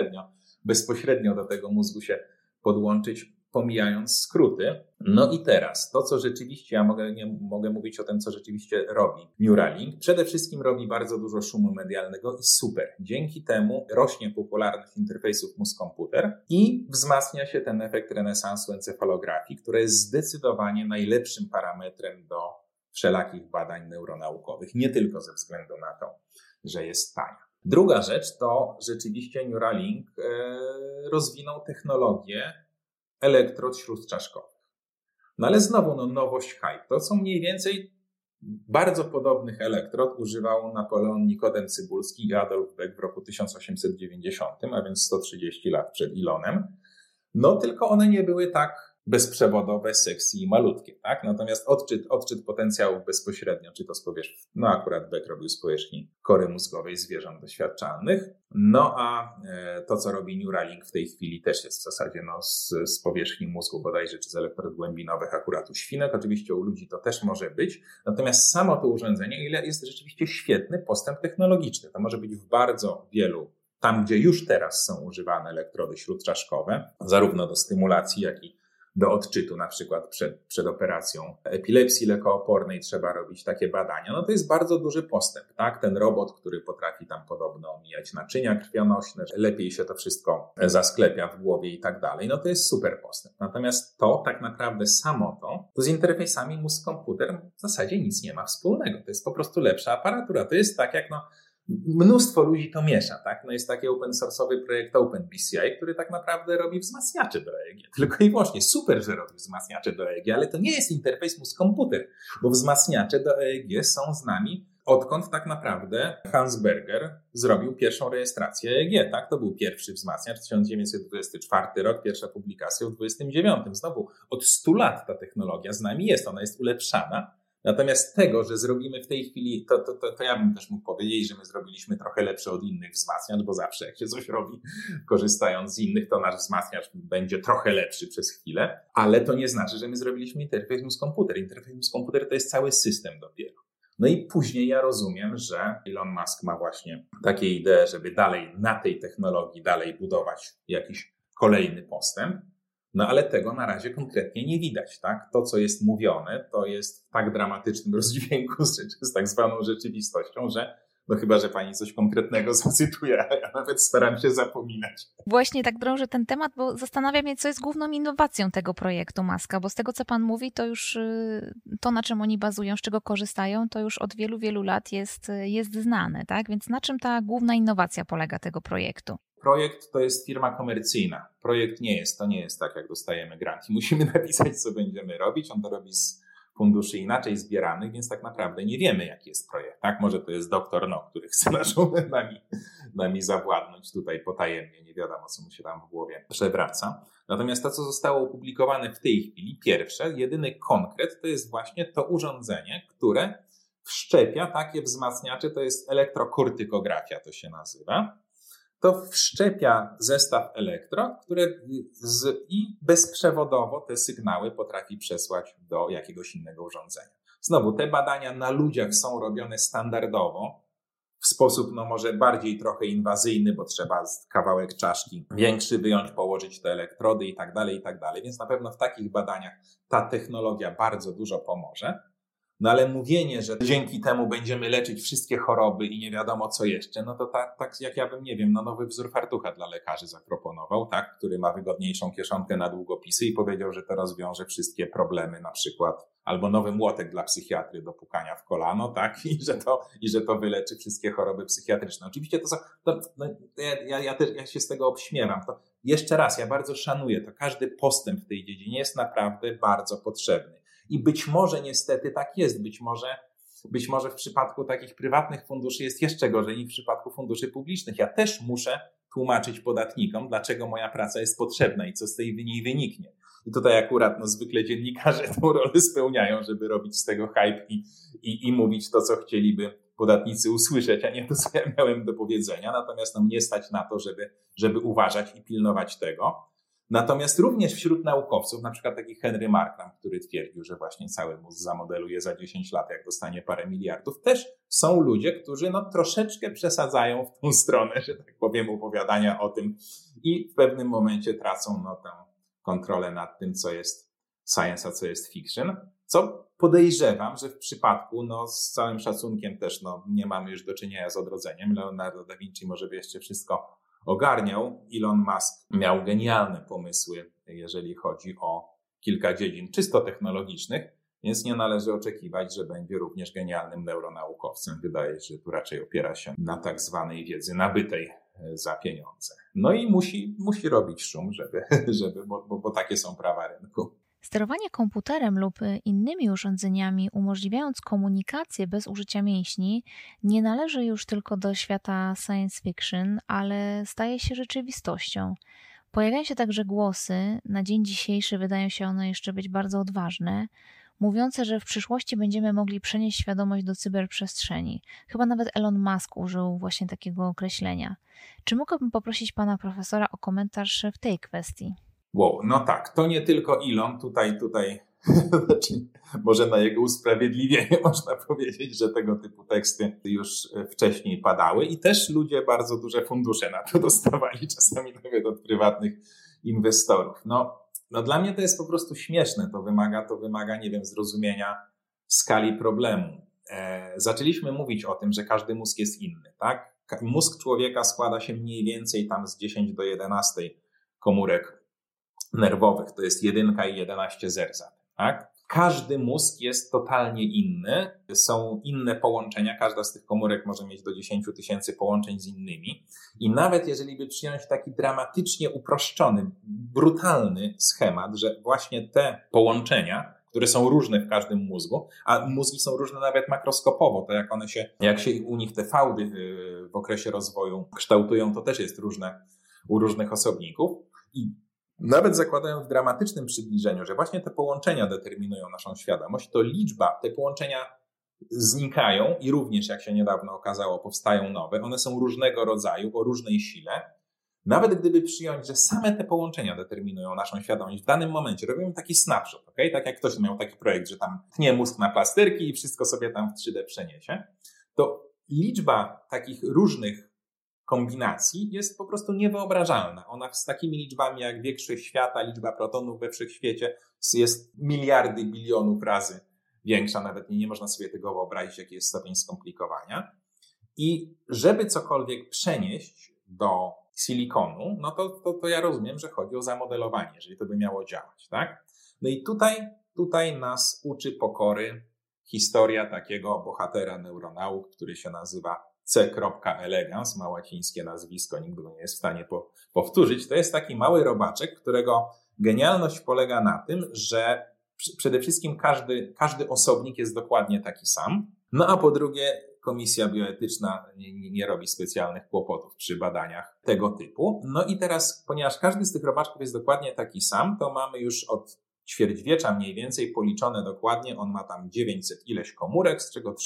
C: bezpośrednio do tego mózgu się podłączyć, pomijając skróty. I teraz, to co rzeczywiście, ja mogę mówić o tym, co rzeczywiście robi Neuralink. Przede wszystkim robi bardzo dużo szumu medialnego i super. Dzięki temu rośnie popularność interfejsów mózg-komputer i wzmacnia się ten efekt renesansu encefalografii, która jest zdecydowanie najlepszym parametrem do wszelakich badań neuronaukowych, nie tylko ze względu na to, że jest tania. Druga rzecz to rzeczywiście Neuralink rozwinął technologię elektrod śródczaszkowych. Ale znowu nowość hype. To są mniej więcej bardzo podobnych elektrod używał Napoleon Nikodem Cybulski i Adolf Beck w roku 1890, a więc 130 lat przed Elonem. Tylko one nie były tak bezprzewodowe, sexy i malutkie, tak? Natomiast odczyt potencjałów bezpośrednio, czy to z powierzchni, akurat Beck robił z powierzchni kory mózgowej zwierząt doświadczalnych, a to, co robi Neuralink w tej chwili też jest w zasadzie z powierzchni mózgu bodajże, czy z elektrod głębinowych akurat u świnek, oczywiście u ludzi to też może być, natomiast samo to urządzenie jest rzeczywiście świetny postęp technologiczny, to może być w bardzo wielu, tam gdzie już teraz są używane elektrody śródczaszkowe, zarówno do stymulacji, jak i do odczytu, na przykład przed operacją epilepsji lekoopornej trzeba robić takie badania. To jest bardzo duży postęp, tak? Ten robot, który potrafi tam podobno omijać naczynia krwionośne, lepiej się to wszystko zasklepia w głowie i tak dalej, to jest super postęp. Natomiast to tak naprawdę to z interfejsami mózg-komputer w zasadzie nic nie ma wspólnego. To jest po prostu lepsza aparatura. To jest tak jak mnóstwo ludzi to miesza, tak? Jest taki open source'owy projekt OpenBCI, który tak naprawdę robi wzmacniacze do EEG. Tylko i wyłącznie super, że robi wzmacniacze do EEG, ale to nie jest interfejs mózg-komputer, bo wzmacniacze do EEG są z nami odkąd tak naprawdę Hans Berger zrobił pierwszą rejestrację EEG, tak? To był pierwszy wzmacniacz, 1924 rok, pierwsza publikacja w 1929. Znowu od 100 lat ta technologia z nami jest, ona jest ulepszana. Natomiast tego, że zrobimy w tej chwili, to ja bym też mógł powiedzieć, że my zrobiliśmy trochę lepsze od innych wzmacniacz, bo zawsze jak się coś robi, korzystając z innych, to nasz wzmacniacz będzie trochę lepszy przez chwilę, ale to nie znaczy, że my zrobiliśmy interfejs mózg-komputer. Interfejs mózg-komputer to jest cały system dopiero. I później ja rozumiem, że Elon Musk ma właśnie takie idee, żeby dalej na tej technologii dalej budować jakiś kolejny postęp. No ale tego na razie konkretnie nie widać, tak? To, co jest mówione, to jest w tak dramatycznym rozdźwięku z tak zwaną rzeczywistością, że no chyba, że pani coś konkretnego zacytuje, a ja nawet staram się zapominać.
A: Właśnie tak drążę ten temat, bo zastanawiam się, co jest główną innowacją tego projektu Maska, bo z tego, co pan mówi, to już to, na czym oni bazują, z czego korzystają, to już od wielu, wielu lat jest znane, tak? Więc na czym ta główna innowacja polega tego projektu?
C: Projekt to jest firma komercyjna. Projekt to nie jest tak, jak dostajemy grant i musimy napisać, co będziemy robić. On to robi z funduszy inaczej zbieranych, więc tak naprawdę nie wiemy, jaki jest projekt. Tak? Może to jest doktor No, który chce nami zawładnąć tutaj potajemnie. Nie wiadomo, co mu się tam w głowie przewraca. Natomiast to, co zostało opublikowane w tej chwili, pierwsze, jedyny konkret, to jest właśnie to urządzenie, które wszczepia takie wzmacniacze, to jest elektrokortykografia, to się nazywa. To wszczepia zestaw elektrod, które i bezprzewodowo te sygnały potrafi przesłać do jakiegoś innego urządzenia. Znowu, te badania na ludziach są robione standardowo, w sposób może bardziej trochę inwazyjny, bo trzeba kawałek czaszki większy wyjąć, położyć te elektrody i tak dalej, więc na pewno w takich badaniach ta technologia bardzo dużo pomoże. No ale mówienie, że dzięki temu będziemy leczyć wszystkie choroby i nie wiadomo co jeszcze, no to tak jak ja bym, nie wiem, nowy wzór fartucha dla lekarzy zaproponował, tak, który ma wygodniejszą kieszonkę na długopisy i powiedział, że to rozwiąże wszystkie problemy na przykład, albo nowy młotek dla psychiatry do pukania w kolano, tak, i że to wyleczy wszystkie choroby psychiatryczne. Oczywiście ja się z tego obśmiewam. To jeszcze raz, ja bardzo szanuję to. Każdy postęp w tej dziedzinie jest naprawdę bardzo potrzebny. I być może niestety tak jest, być może w przypadku takich prywatnych funduszy jest jeszcze gorzej niż w przypadku funduszy publicznych. Ja też muszę tłumaczyć podatnikom, dlaczego moja praca jest potrzebna i co z tej niej wyniknie. I tutaj akurat zwykle dziennikarze tę rolę spełniają, żeby robić z tego hype i mówić to, co chcieliby podatnicy usłyszeć, a nie to, co ja miałem do powiedzenia. Natomiast mnie stać na to, żeby uważać i pilnować tego. Natomiast również wśród naukowców, na przykład taki Henry Markram, który twierdził, że właśnie cały mózg zamodeluje za 10 lat, jak dostanie parę miliardów, też są ludzie, którzy troszeczkę przesadzają w tą stronę, że tak powiem, opowiadania o tym i w pewnym momencie tracą tę kontrolę nad tym, co jest science, a co jest fiction, co podejrzewam, że w przypadku, z całym szacunkiem też, nie mamy już do czynienia z odrodzeniem. Leonardo da Vinci może by jeszcze wszystko ogarniał. Elon Musk miał genialne pomysły, jeżeli chodzi o kilka dziedzin czysto technologicznych, więc nie należy oczekiwać, że będzie również genialnym neuronaukowcem. Wydaje się, że tu raczej opiera się na tak zwanej wiedzy nabytej za pieniądze. No i musi robić szum, bo takie są prawa rynku.
A: Sterowanie komputerem lub innymi urządzeniami, umożliwiając komunikację bez użycia mięśni, nie należy już tylko do świata science fiction, ale staje się rzeczywistością. Pojawiają się także głosy, na dzień dzisiejszy wydają się one jeszcze być bardzo odważne, mówiące, że w przyszłości będziemy mogli przenieść świadomość do cyberprzestrzeni. Chyba nawet Elon Musk użył właśnie takiego określenia. Czy mógłbym poprosić pana profesora o komentarz w tej kwestii?
C: Wow, tak, to nie tylko Elon, tutaj, może na jego usprawiedliwienie można powiedzieć, że tego typu teksty już wcześniej padały i też ludzie bardzo duże fundusze na to dostawali, czasami nawet od prywatnych inwestorów. Dla mnie to jest po prostu śmieszne, to wymaga, nie wiem, zrozumienia skali problemu. Zaczęliśmy mówić o tym, że każdy mózg jest inny, tak? Mózg człowieka składa się mniej więcej tam z 10 do 11 komórek nerwowych, to jest 1 i 11 zerzat, tak? Każdy mózg jest totalnie inny, są inne połączenia, każda z tych komórek może mieć do 10 000 połączeń z innymi i nawet jeżeli by przyjąć taki dramatycznie uproszczony, brutalny schemat, że właśnie te połączenia, które są różne w każdym mózgu, a mózgi są różne nawet makroskopowo, to jak się u nich te fałdy w okresie rozwoju kształtują, to też jest różne u różnych osobników i nawet zakładając w dramatycznym przybliżeniu, że właśnie te połączenia determinują naszą świadomość, to te połączenia znikają i również, jak się niedawno okazało, powstają nowe. One są różnego rodzaju, o różnej sile. Nawet gdyby przyjąć, że same te połączenia determinują naszą świadomość w danym momencie, robimy taki snapshot, okay? Tak jak ktoś miał taki projekt, że tam tnie mózg na plasterki i wszystko sobie tam w 3D przeniesie, to liczba takich różnych kombinacji jest po prostu niewyobrażalna. Ona z takimi liczbami jak wiek wszechświata, liczba protonów we wszechświecie jest miliardy, bilionów razy większa. Nawet nie można sobie tego wyobrazić, jaki jest stopień skomplikowania. I żeby cokolwiek przenieść do silikonu, no to ja rozumiem, że chodzi o zamodelowanie, jeżeli to by miało działać, tak? No i tutaj nas uczy pokory historia takiego bohatera neuronauk, który się nazywa C. Elegans, ma łacińskie nazwisko, nikt go nie jest w stanie powtórzyć. To jest taki mały robaczek, którego genialność polega na tym, że przede wszystkim każdy osobnik jest dokładnie taki sam. No a po drugie, komisja bioetyczna nie robi specjalnych kłopotów przy badaniach tego typu. No i teraz, ponieważ każdy z tych robaczków jest dokładnie taki sam, to mamy już od ćwierćwiecza mniej więcej policzone dokładnie, on ma tam 900 ileś komórek, z czego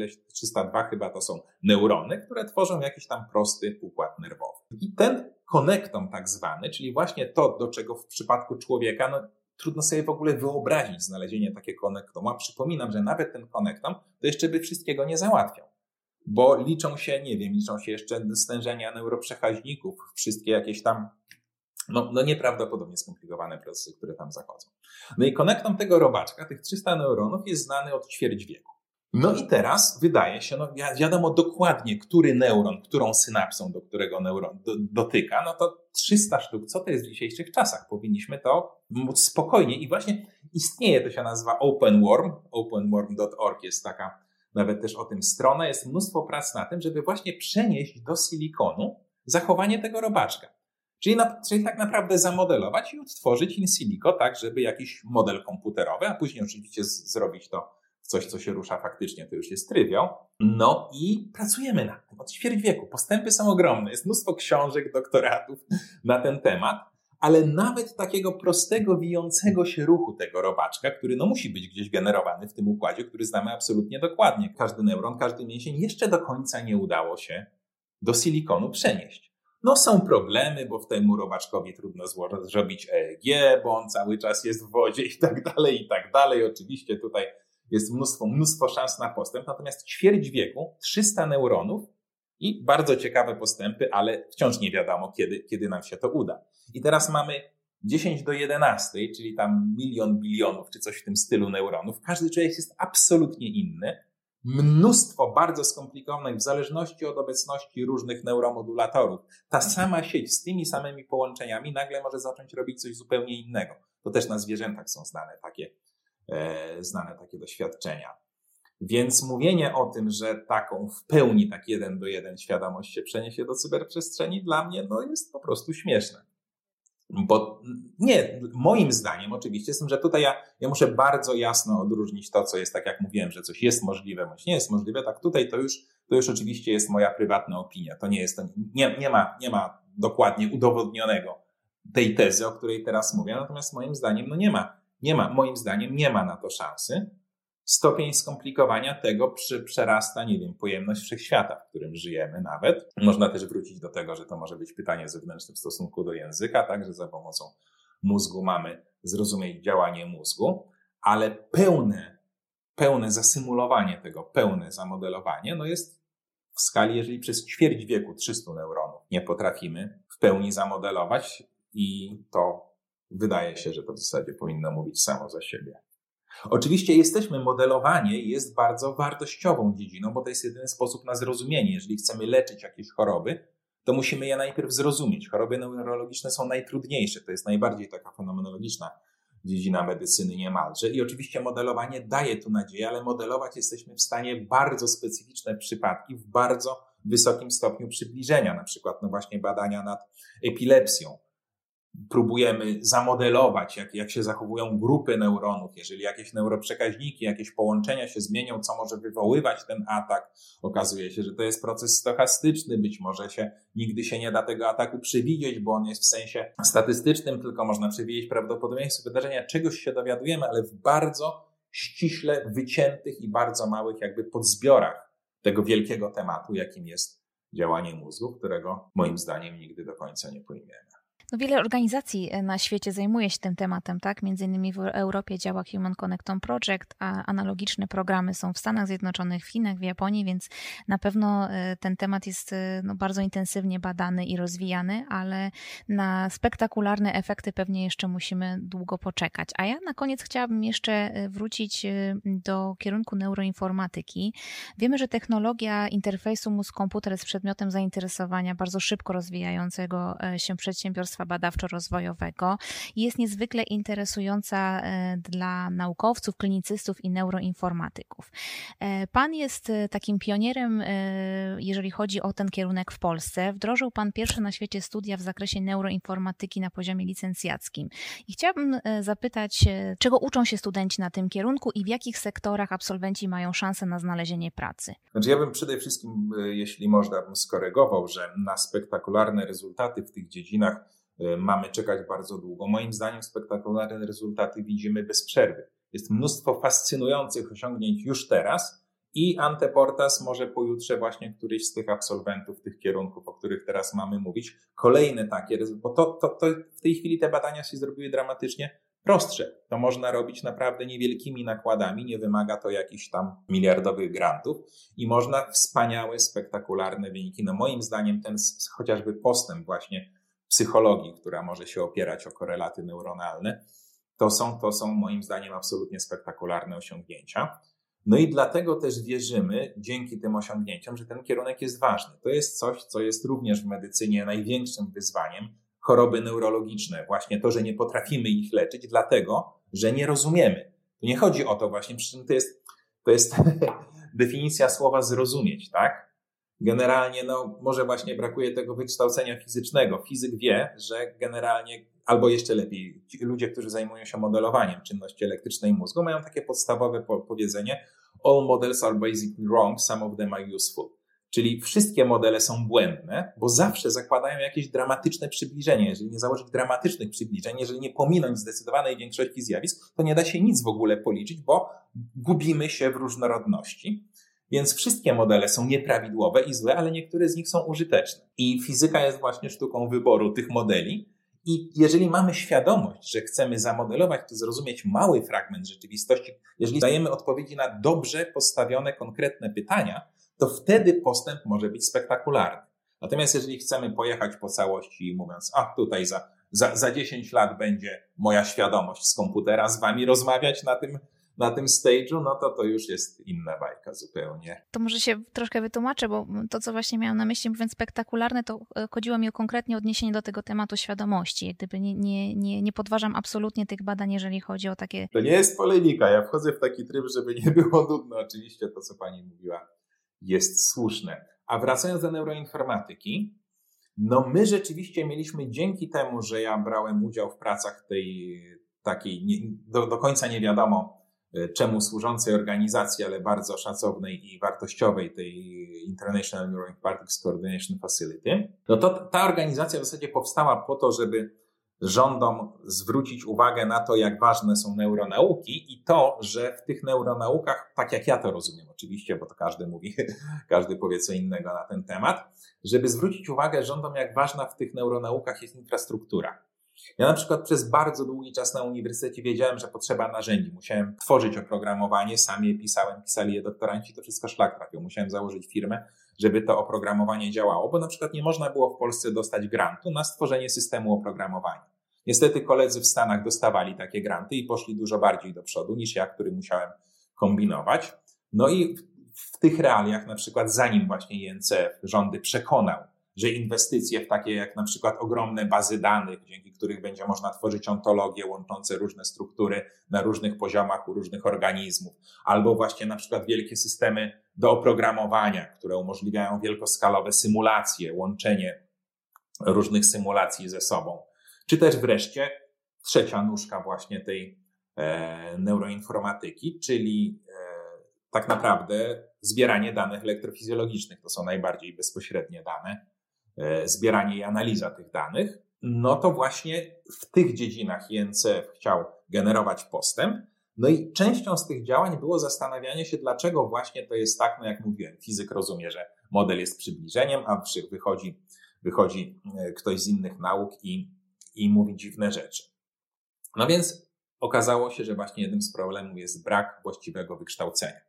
C: 302 chyba to są neurony, które tworzą jakiś tam prosty układ nerwowy. I ten konektom tak zwany, czyli właśnie to, do czego w przypadku człowieka, no trudno sobie w ogóle wyobrazić znalezienie takiego konektoma. Przypominam, że nawet ten konektom to jeszcze by wszystkiego nie załatwiał, bo liczą się jeszcze stężenia neuroprzekaźników, wszystkie jakieś tam nieprawdopodobnie skomplikowane procesy, które tam zachodzą. No i konektom tego robaczka, tych 300 neuronów jest znany od ćwierć wieku. No i teraz wydaje się, wiadomo dokładnie, który neuron, którą synapsą do którego neuron dotyka, no to 300 sztuk, co to jest w dzisiejszych czasach? Powinniśmy to móc spokojnie i właśnie istnieje, to się nazywa OpenWorm, openworm.org jest taka, nawet też o tym strona, jest mnóstwo prac na tym, żeby właśnie przenieść do silikonu zachowanie tego robaczka. Czyli tak naprawdę zamodelować i odtworzyć in silico, tak, żeby jakiś model komputerowy, a później oczywiście zrobić to w coś, co się rusza faktycznie, to już jest trywiał. No i pracujemy nad tym od ćwierć wieku. Postępy są ogromne, jest mnóstwo książek, doktoratów na ten temat, ale nawet takiego prostego, wijącego się ruchu tego robaczka, który musi być gdzieś generowany w tym układzie, który znamy absolutnie dokładnie. Każdy neuron, każdy mięsień jeszcze do końca nie udało się do silikonu przenieść. Są problemy, bo w temu robaczkowi trudno zrobić EEG, bo on cały czas jest w wodzie i tak dalej. Oczywiście tutaj jest mnóstwo szans na postęp, natomiast ćwierć wieku, 300 neuronów i bardzo ciekawe postępy, ale wciąż nie wiadomo, kiedy nam się to uda. I teraz mamy 10 do 11, czyli tam milion bilionów, czy coś w tym stylu neuronów. Każdy człowiek jest absolutnie inny. Mnóstwo bardzo skomplikowanych w zależności od obecności różnych neuromodulatorów. Ta sama sieć z tymi samymi połączeniami nagle może zacząć robić coś zupełnie innego. To też na zwierzętach są znane takie doświadczenia. Więc mówienie o tym, że taką w pełni tak 1 do 1 świadomość się przeniesie do cyberprzestrzeni dla mnie jest po prostu śmieszne. Bo nie, moim zdaniem oczywiście, z tym, że tutaj ja muszę bardzo jasno odróżnić to, co jest, tak jak mówiłem, że coś jest możliwe, bądź nie jest możliwe, tak tutaj to już oczywiście jest moja prywatna opinia. To nie jest, nie ma dokładnie udowodnionego tej tezy, o której teraz mówię, natomiast moim zdaniem moim zdaniem nie ma na to szansy. Stopień skomplikowania tego przerasta, pojemność wszechświata, w którym żyjemy nawet. Można też wrócić do tego, że to może być pytanie zewnętrzne w stosunku do języka, tak, że za pomocą mózgu mamy zrozumieć działanie mózgu, ale pełne zasymulowanie tego, pełne zamodelowanie, jest w skali, jeżeli przez ćwierć wieku 300 neuronów nie potrafimy w pełni zamodelować i to wydaje się, że to w zasadzie powinno mówić samo za siebie. Oczywiście modelowanie jest bardzo wartościową dziedziną, bo to jest jedyny sposób na zrozumienie. Jeżeli chcemy leczyć jakieś choroby, to musimy je najpierw zrozumieć. Choroby neurologiczne są najtrudniejsze, to jest najbardziej taka fenomenologiczna dziedzina medycyny niemalże. I oczywiście modelowanie daje tu nadzieję, ale modelować jesteśmy w stanie bardzo specyficzne przypadki w bardzo wysokim stopniu przybliżenia, na przykład właśnie badania nad epilepsją. Próbujemy zamodelować, jak się zachowują grupy neuronów, jeżeli jakieś neuroprzekaźniki, jakieś połączenia się zmienią, co może wywoływać ten atak. Okazuje się, że to jest proces stochastyczny, być może nigdy się nie da tego ataku przewidzieć, bo on jest w sensie statystycznym, tylko można przewidzieć prawdopodobieństwo wydarzenia. Czegoś się dowiadujemy, ale w bardzo ściśle wyciętych i bardzo małych podzbiorach tego wielkiego tematu, jakim jest działanie mózgu, którego moim zdaniem nigdy do końca nie pojmiemy.
A: No, wiele organizacji na świecie zajmuje się tym tematem, tak? Między innymi w Europie działa Human Connectome Project, a analogiczne programy są w Stanach Zjednoczonych, w Chinach, w Japonii, więc na pewno ten temat jest bardzo intensywnie badany i rozwijany, ale na spektakularne efekty pewnie jeszcze musimy długo poczekać. A ja na koniec chciałabym jeszcze wrócić do kierunku neuroinformatyki. Wiemy, że technologia interfejsu mózg-komputer jest przedmiotem zainteresowania bardzo szybko rozwijającego się przedsiębiorstwa badawczo-rozwojowego i jest niezwykle interesująca dla naukowców, klinicystów i neuroinformatyków. Pan jest takim pionierem, jeżeli chodzi o ten kierunek w Polsce. Wdrożył Pan pierwsze na świecie studia w zakresie neuroinformatyki na poziomie licencjackim. I chciałabym zapytać, czego uczą się studenci na tym kierunku i w jakich sektorach absolwenci mają szansę na znalezienie pracy?
C: Znaczy ja bym przede wszystkim, jeśli można, bym skorygował, że na spektakularne rezultaty w tych dziedzinach mamy czekać bardzo długo. Moim zdaniem spektakularne rezultaty widzimy bez przerwy. Jest mnóstwo fascynujących osiągnięć już teraz i ante portas może pojutrze właśnie któryś z tych absolwentów tych kierunków, o których teraz mamy mówić, kolejne takie, bo to w tej chwili te badania się zrobiły dramatycznie prostsze. To można robić naprawdę niewielkimi nakładami, nie wymaga to jakichś tam miliardowych grantów i można wspaniałe, spektakularne wyniki. No moim zdaniem ten chociażby postęp właśnie psychologii, która może się opierać o korelaty neuronalne, to są moim zdaniem absolutnie spektakularne osiągnięcia. No i dlatego też wierzymy, dzięki tym osiągnięciom, że ten kierunek jest ważny. To jest coś, co jest również w medycynie największym wyzwaniem. Choroby neurologiczne, właśnie to, że nie potrafimy ich leczyć, dlatego, że nie rozumiemy. Tu nie chodzi o to właśnie, przy czym to jest definicja słowa zrozumieć, tak? Generalnie, może właśnie brakuje tego wykształcenia fizycznego. Fizyk wie, że generalnie, albo jeszcze lepiej, ci ludzie, którzy zajmują się modelowaniem czynności elektrycznej mózgu, mają takie podstawowe powiedzenie: all models are basically wrong, some of them are useful. Czyli wszystkie modele są błędne, bo zawsze zakładają jakieś dramatyczne przybliżenie. Jeżeli nie założyć dramatycznych przybliżeń, jeżeli nie pominąć zdecydowanej większości zjawisk, to nie da się nic w ogóle policzyć, bo gubimy się w różnorodności. Więc wszystkie modele są nieprawidłowe i złe, ale niektóre z nich są użyteczne. I fizyka jest właśnie sztuką wyboru tych modeli. I jeżeli mamy świadomość, że chcemy zamodelować czy zrozumieć mały fragment rzeczywistości, jeżeli dajemy odpowiedzi na dobrze postawione, konkretne pytania, to wtedy postęp może być spektakularny. Natomiast jeżeli chcemy pojechać po całości mówiąc, tutaj za 10 lat będzie moja świadomość z komputera z wami rozmawiać na tym stage'u, no to już jest inna bajka zupełnie.
A: To może się troszkę wytłumaczę, bo to, co właśnie miałam na myśli, mówiąc spektakularne, to chodziło mi o konkretnie odniesienie do tego tematu świadomości. Jak gdyby nie podważam absolutnie tych badań, jeżeli chodzi o takie...
C: To nie jest polemika, ja wchodzę w taki tryb, żeby nie było nudno. Oczywiście to, co pani mówiła, jest słuszne. A wracając do neuroinformatyki, my rzeczywiście mieliśmy dzięki temu, że ja brałem udział w pracach tej takiej do końca nie wiadomo czemu służącej organizacji, ale bardzo szacownej i wartościowej, tej International Neuroinformatics Coordination Facility, to ta organizacja w zasadzie powstała po to, żeby rządom zwrócić uwagę na to, jak ważne są neuronauki i to, że w tych neuronaukach, tak jak ja to rozumiem oczywiście, bo to każdy powie co innego na ten temat, żeby zwrócić uwagę rządom, jak ważna w tych neuronaukach jest infrastruktura. Ja na przykład przez bardzo długi czas na uniwersytecie wiedziałem, że potrzeba narzędzi. Musiałem tworzyć oprogramowanie, sam je pisałem, pisali je doktoranci, to wszystko szlak trafił. Musiałem założyć firmę, żeby to oprogramowanie działało, bo na przykład nie można było w Polsce dostać grantu na stworzenie systemu oprogramowania. Niestety koledzy w Stanach dostawali takie granty i poszli dużo bardziej do przodu niż ja, który musiałem kombinować. No i w tych realiach, na przykład zanim właśnie INCF rządy przekonał, że inwestycje w takie jak na przykład ogromne bazy danych, dzięki których będzie można tworzyć ontologie łączące różne struktury na różnych poziomach u różnych organizmów, albo właśnie na przykład wielkie systemy do oprogramowania, które umożliwiają wielkoskalowe symulacje, łączenie różnych symulacji ze sobą. Czy też wreszcie trzecia nóżka właśnie tej neuroinformatyki, czyli tak naprawdę zbieranie danych elektrofizjologicznych. To są najbardziej bezpośrednie dane. Zbieranie i analiza tych danych, no to właśnie w tych dziedzinach INCF chciał generować postęp. No i częścią z tych działań było zastanawianie się, dlaczego właśnie to jest tak, jak mówiłem, fizyk rozumie, że model jest przybliżeniem, a wychodzi ktoś z innych nauk i mówi dziwne rzeczy. No więc okazało się, że właśnie jednym z problemów jest brak właściwego wykształcenia.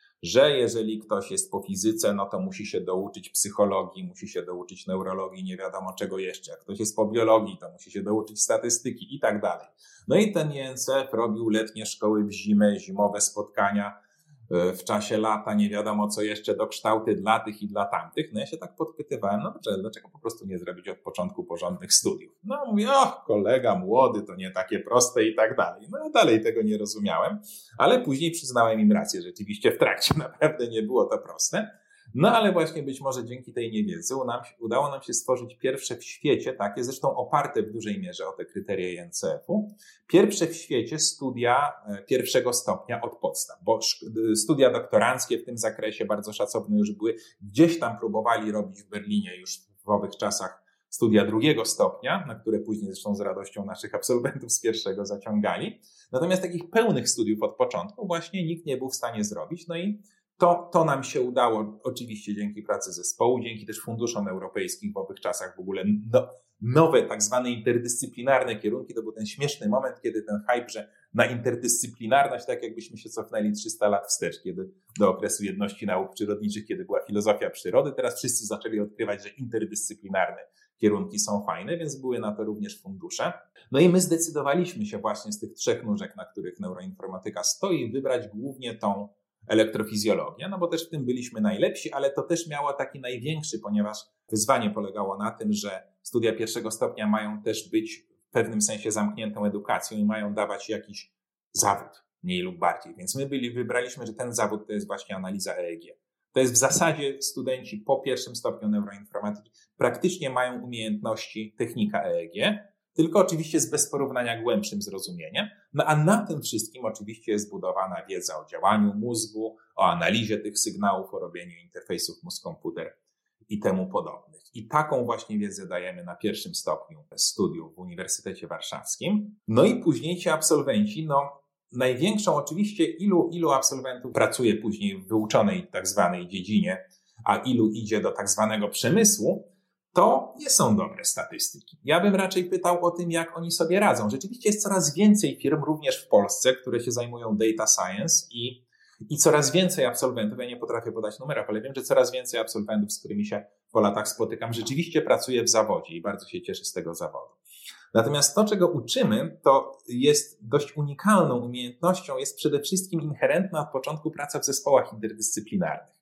C: Że jeżeli ktoś jest po fizyce, no to musi się douczyć psychologii, musi się douczyć neurologii, nie wiadomo czego jeszcze. Jak ktoś jest po biologii, to musi się douczyć statystyki i tak dalej. No i ten INCF robił letnie szkoły w zimę, zimowe spotkania w czasie lata, nie wiadomo co jeszcze, dokształty dla tych i dla tamtych. No ja się tak podpytywałem, no dlaczego po prostu nie zrobić od początku porządnych studiów? No mówię, kolega młody, to nie takie proste i tak dalej. No ja dalej tego nie rozumiałem, ale później przyznałem im rację, rzeczywiście w trakcie naprawdę nie było to proste. No ale właśnie być może dzięki tej niewiedzy udało nam się stworzyć pierwsze w świecie, takie zresztą oparte w dużej mierze o te kryteria INCF-u, pierwsze w świecie studia pierwszego stopnia od podstaw, bo studia doktoranckie w tym zakresie bardzo szacowne już były, gdzieś tam próbowali robić w Berlinie już w owych czasach studia drugiego stopnia, na które później zresztą z radością naszych absolwentów z pierwszego zaciągali. Natomiast takich pełnych studiów od początku właśnie nikt nie był w stanie zrobić, no i to nam się udało oczywiście dzięki pracy zespołu, dzięki też funduszom europejskim w owych czasach w ogóle nowe tak zwane interdyscyplinarne kierunki. To był ten śmieszny moment, kiedy ten hype, że na interdyscyplinarność, tak jakbyśmy się cofnęli 300 lat wstecz, kiedy do okresu jedności nauk przyrodniczych, kiedy była filozofia przyrody. Teraz wszyscy zaczęli odkrywać, że interdyscyplinarne kierunki są fajne, więc były na to również fundusze. No i my zdecydowaliśmy się właśnie z tych 3 nóżek, na których neuroinformatyka stoi, wybrać głównie tą elektrofizjologię, no bo też w tym byliśmy najlepsi, ale to też miało taki największy, ponieważ wyzwanie polegało na tym, że studia pierwszego stopnia mają też być w pewnym sensie zamkniętą edukacją i mają dawać jakiś zawód, mniej lub bardziej. Więc my wybraliśmy, że ten zawód to jest właśnie analiza EEG. To jest w zasadzie studenci po pierwszym stopniu neuroinformatyki praktycznie mają umiejętności technika EEG, tylko oczywiście z bez porównania głębszym zrozumieniem. No a na tym wszystkim oczywiście jest zbudowana wiedza o działaniu mózgu, o analizie tych sygnałów, o robieniu interfejsów mózg-komputer i temu podobnych. I taką właśnie wiedzę dajemy na pierwszym stopniu studiów w Uniwersytecie Warszawskim. No i później ci absolwenci, największą oczywiście ilu absolwentów pracuje później w wyuczonej tak zwanej dziedzinie, a ilu idzie do tak zwanego przemysłu, to nie są dobre statystyki. Ja bym raczej pytał o tym, jak oni sobie radzą. Rzeczywiście jest coraz więcej firm, również w Polsce, które się zajmują data science i coraz więcej absolwentów, ja nie potrafię podać numerów, ale wiem, że coraz więcej absolwentów, z którymi się po latach spotykam, rzeczywiście pracuje w zawodzie i bardzo się cieszę z tego zawodu. Natomiast to, czego uczymy, to jest dość unikalną umiejętnością, jest przede wszystkim inherentna od początku praca w zespołach interdyscyplinarnych.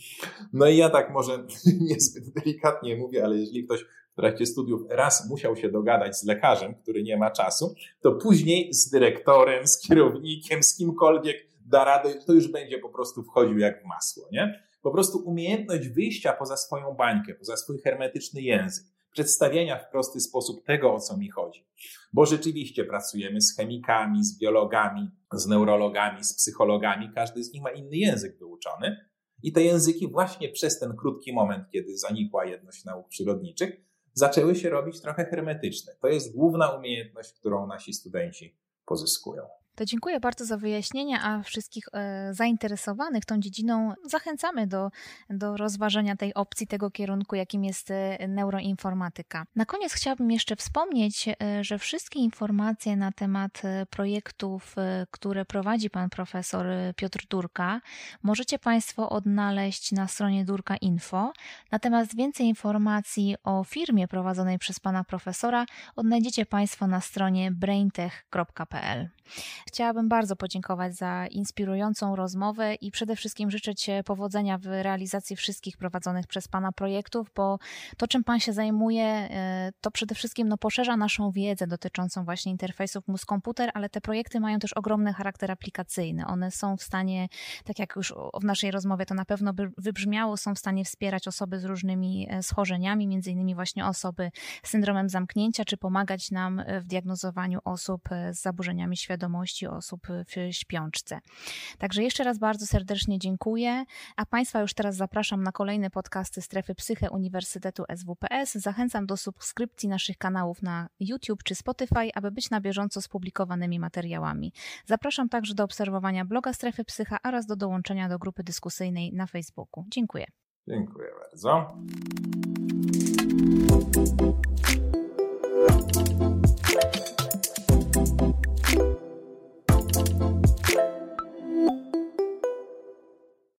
C: No i ja tak może niezbyt delikatnie mówię, ale jeżeli ktoś w trakcie studiów raz musiał się dogadać z lekarzem, który nie ma czasu, to później z dyrektorem, z kierownikiem, z kimkolwiek da radę, to już będzie po prostu wchodził jak w masło, nie? Po prostu umiejętność wyjścia poza swoją bańkę, poza swój hermetyczny język, przedstawienia w prosty sposób tego, o co mi chodzi. Bo rzeczywiście pracujemy z chemikami, z biologami, z neurologami, z psychologami, każdy z nich ma inny język wyuczony. I te języki właśnie przez ten krótki moment, kiedy zanikła jedność nauk przyrodniczych, zaczęły się robić trochę hermetyczne. To jest główna umiejętność, którą nasi studenci pozyskują.
A: To dziękuję bardzo za wyjaśnienia, a wszystkich zainteresowanych tą dziedziną zachęcamy do rozważenia tej opcji, tego kierunku, jakim jest neuroinformatyka. Na koniec chciałabym jeszcze wspomnieć, że wszystkie informacje na temat projektów, które prowadzi pan profesor Piotr Durka, możecie Państwo odnaleźć na stronie durka.info. Natomiast więcej informacji o firmie prowadzonej przez pana profesora odnajdziecie Państwo na stronie braintech.pl. Chciałabym bardzo podziękować za inspirującą rozmowę i przede wszystkim życzyć powodzenia w realizacji wszystkich prowadzonych przez Pana projektów, bo to, czym Pan się zajmuje, to przede wszystkim poszerza naszą wiedzę dotyczącą właśnie interfejsów mózg-komputer, ale te projekty mają też ogromny charakter aplikacyjny. One są w stanie, tak jak już w naszej rozmowie to na pewno wybrzmiało, są w stanie wspierać osoby z różnymi schorzeniami, między innymi właśnie osoby z syndromem zamknięcia, czy pomagać nam w diagnozowaniu osób z zaburzeniami świadomości, osób w śpiączce. Także jeszcze raz bardzo serdecznie dziękuję, a Państwa już teraz zapraszam na kolejne podcasty Strefy Psyche Uniwersytetu SWPS. Zachęcam do subskrypcji naszych kanałów na YouTube czy Spotify, aby być na bieżąco z publikowanymi materiałami. Zapraszam także do obserwowania bloga Strefy Psycha oraz do dołączenia do grupy dyskusyjnej na Facebooku. Dziękuję.
C: Dziękuję bardzo.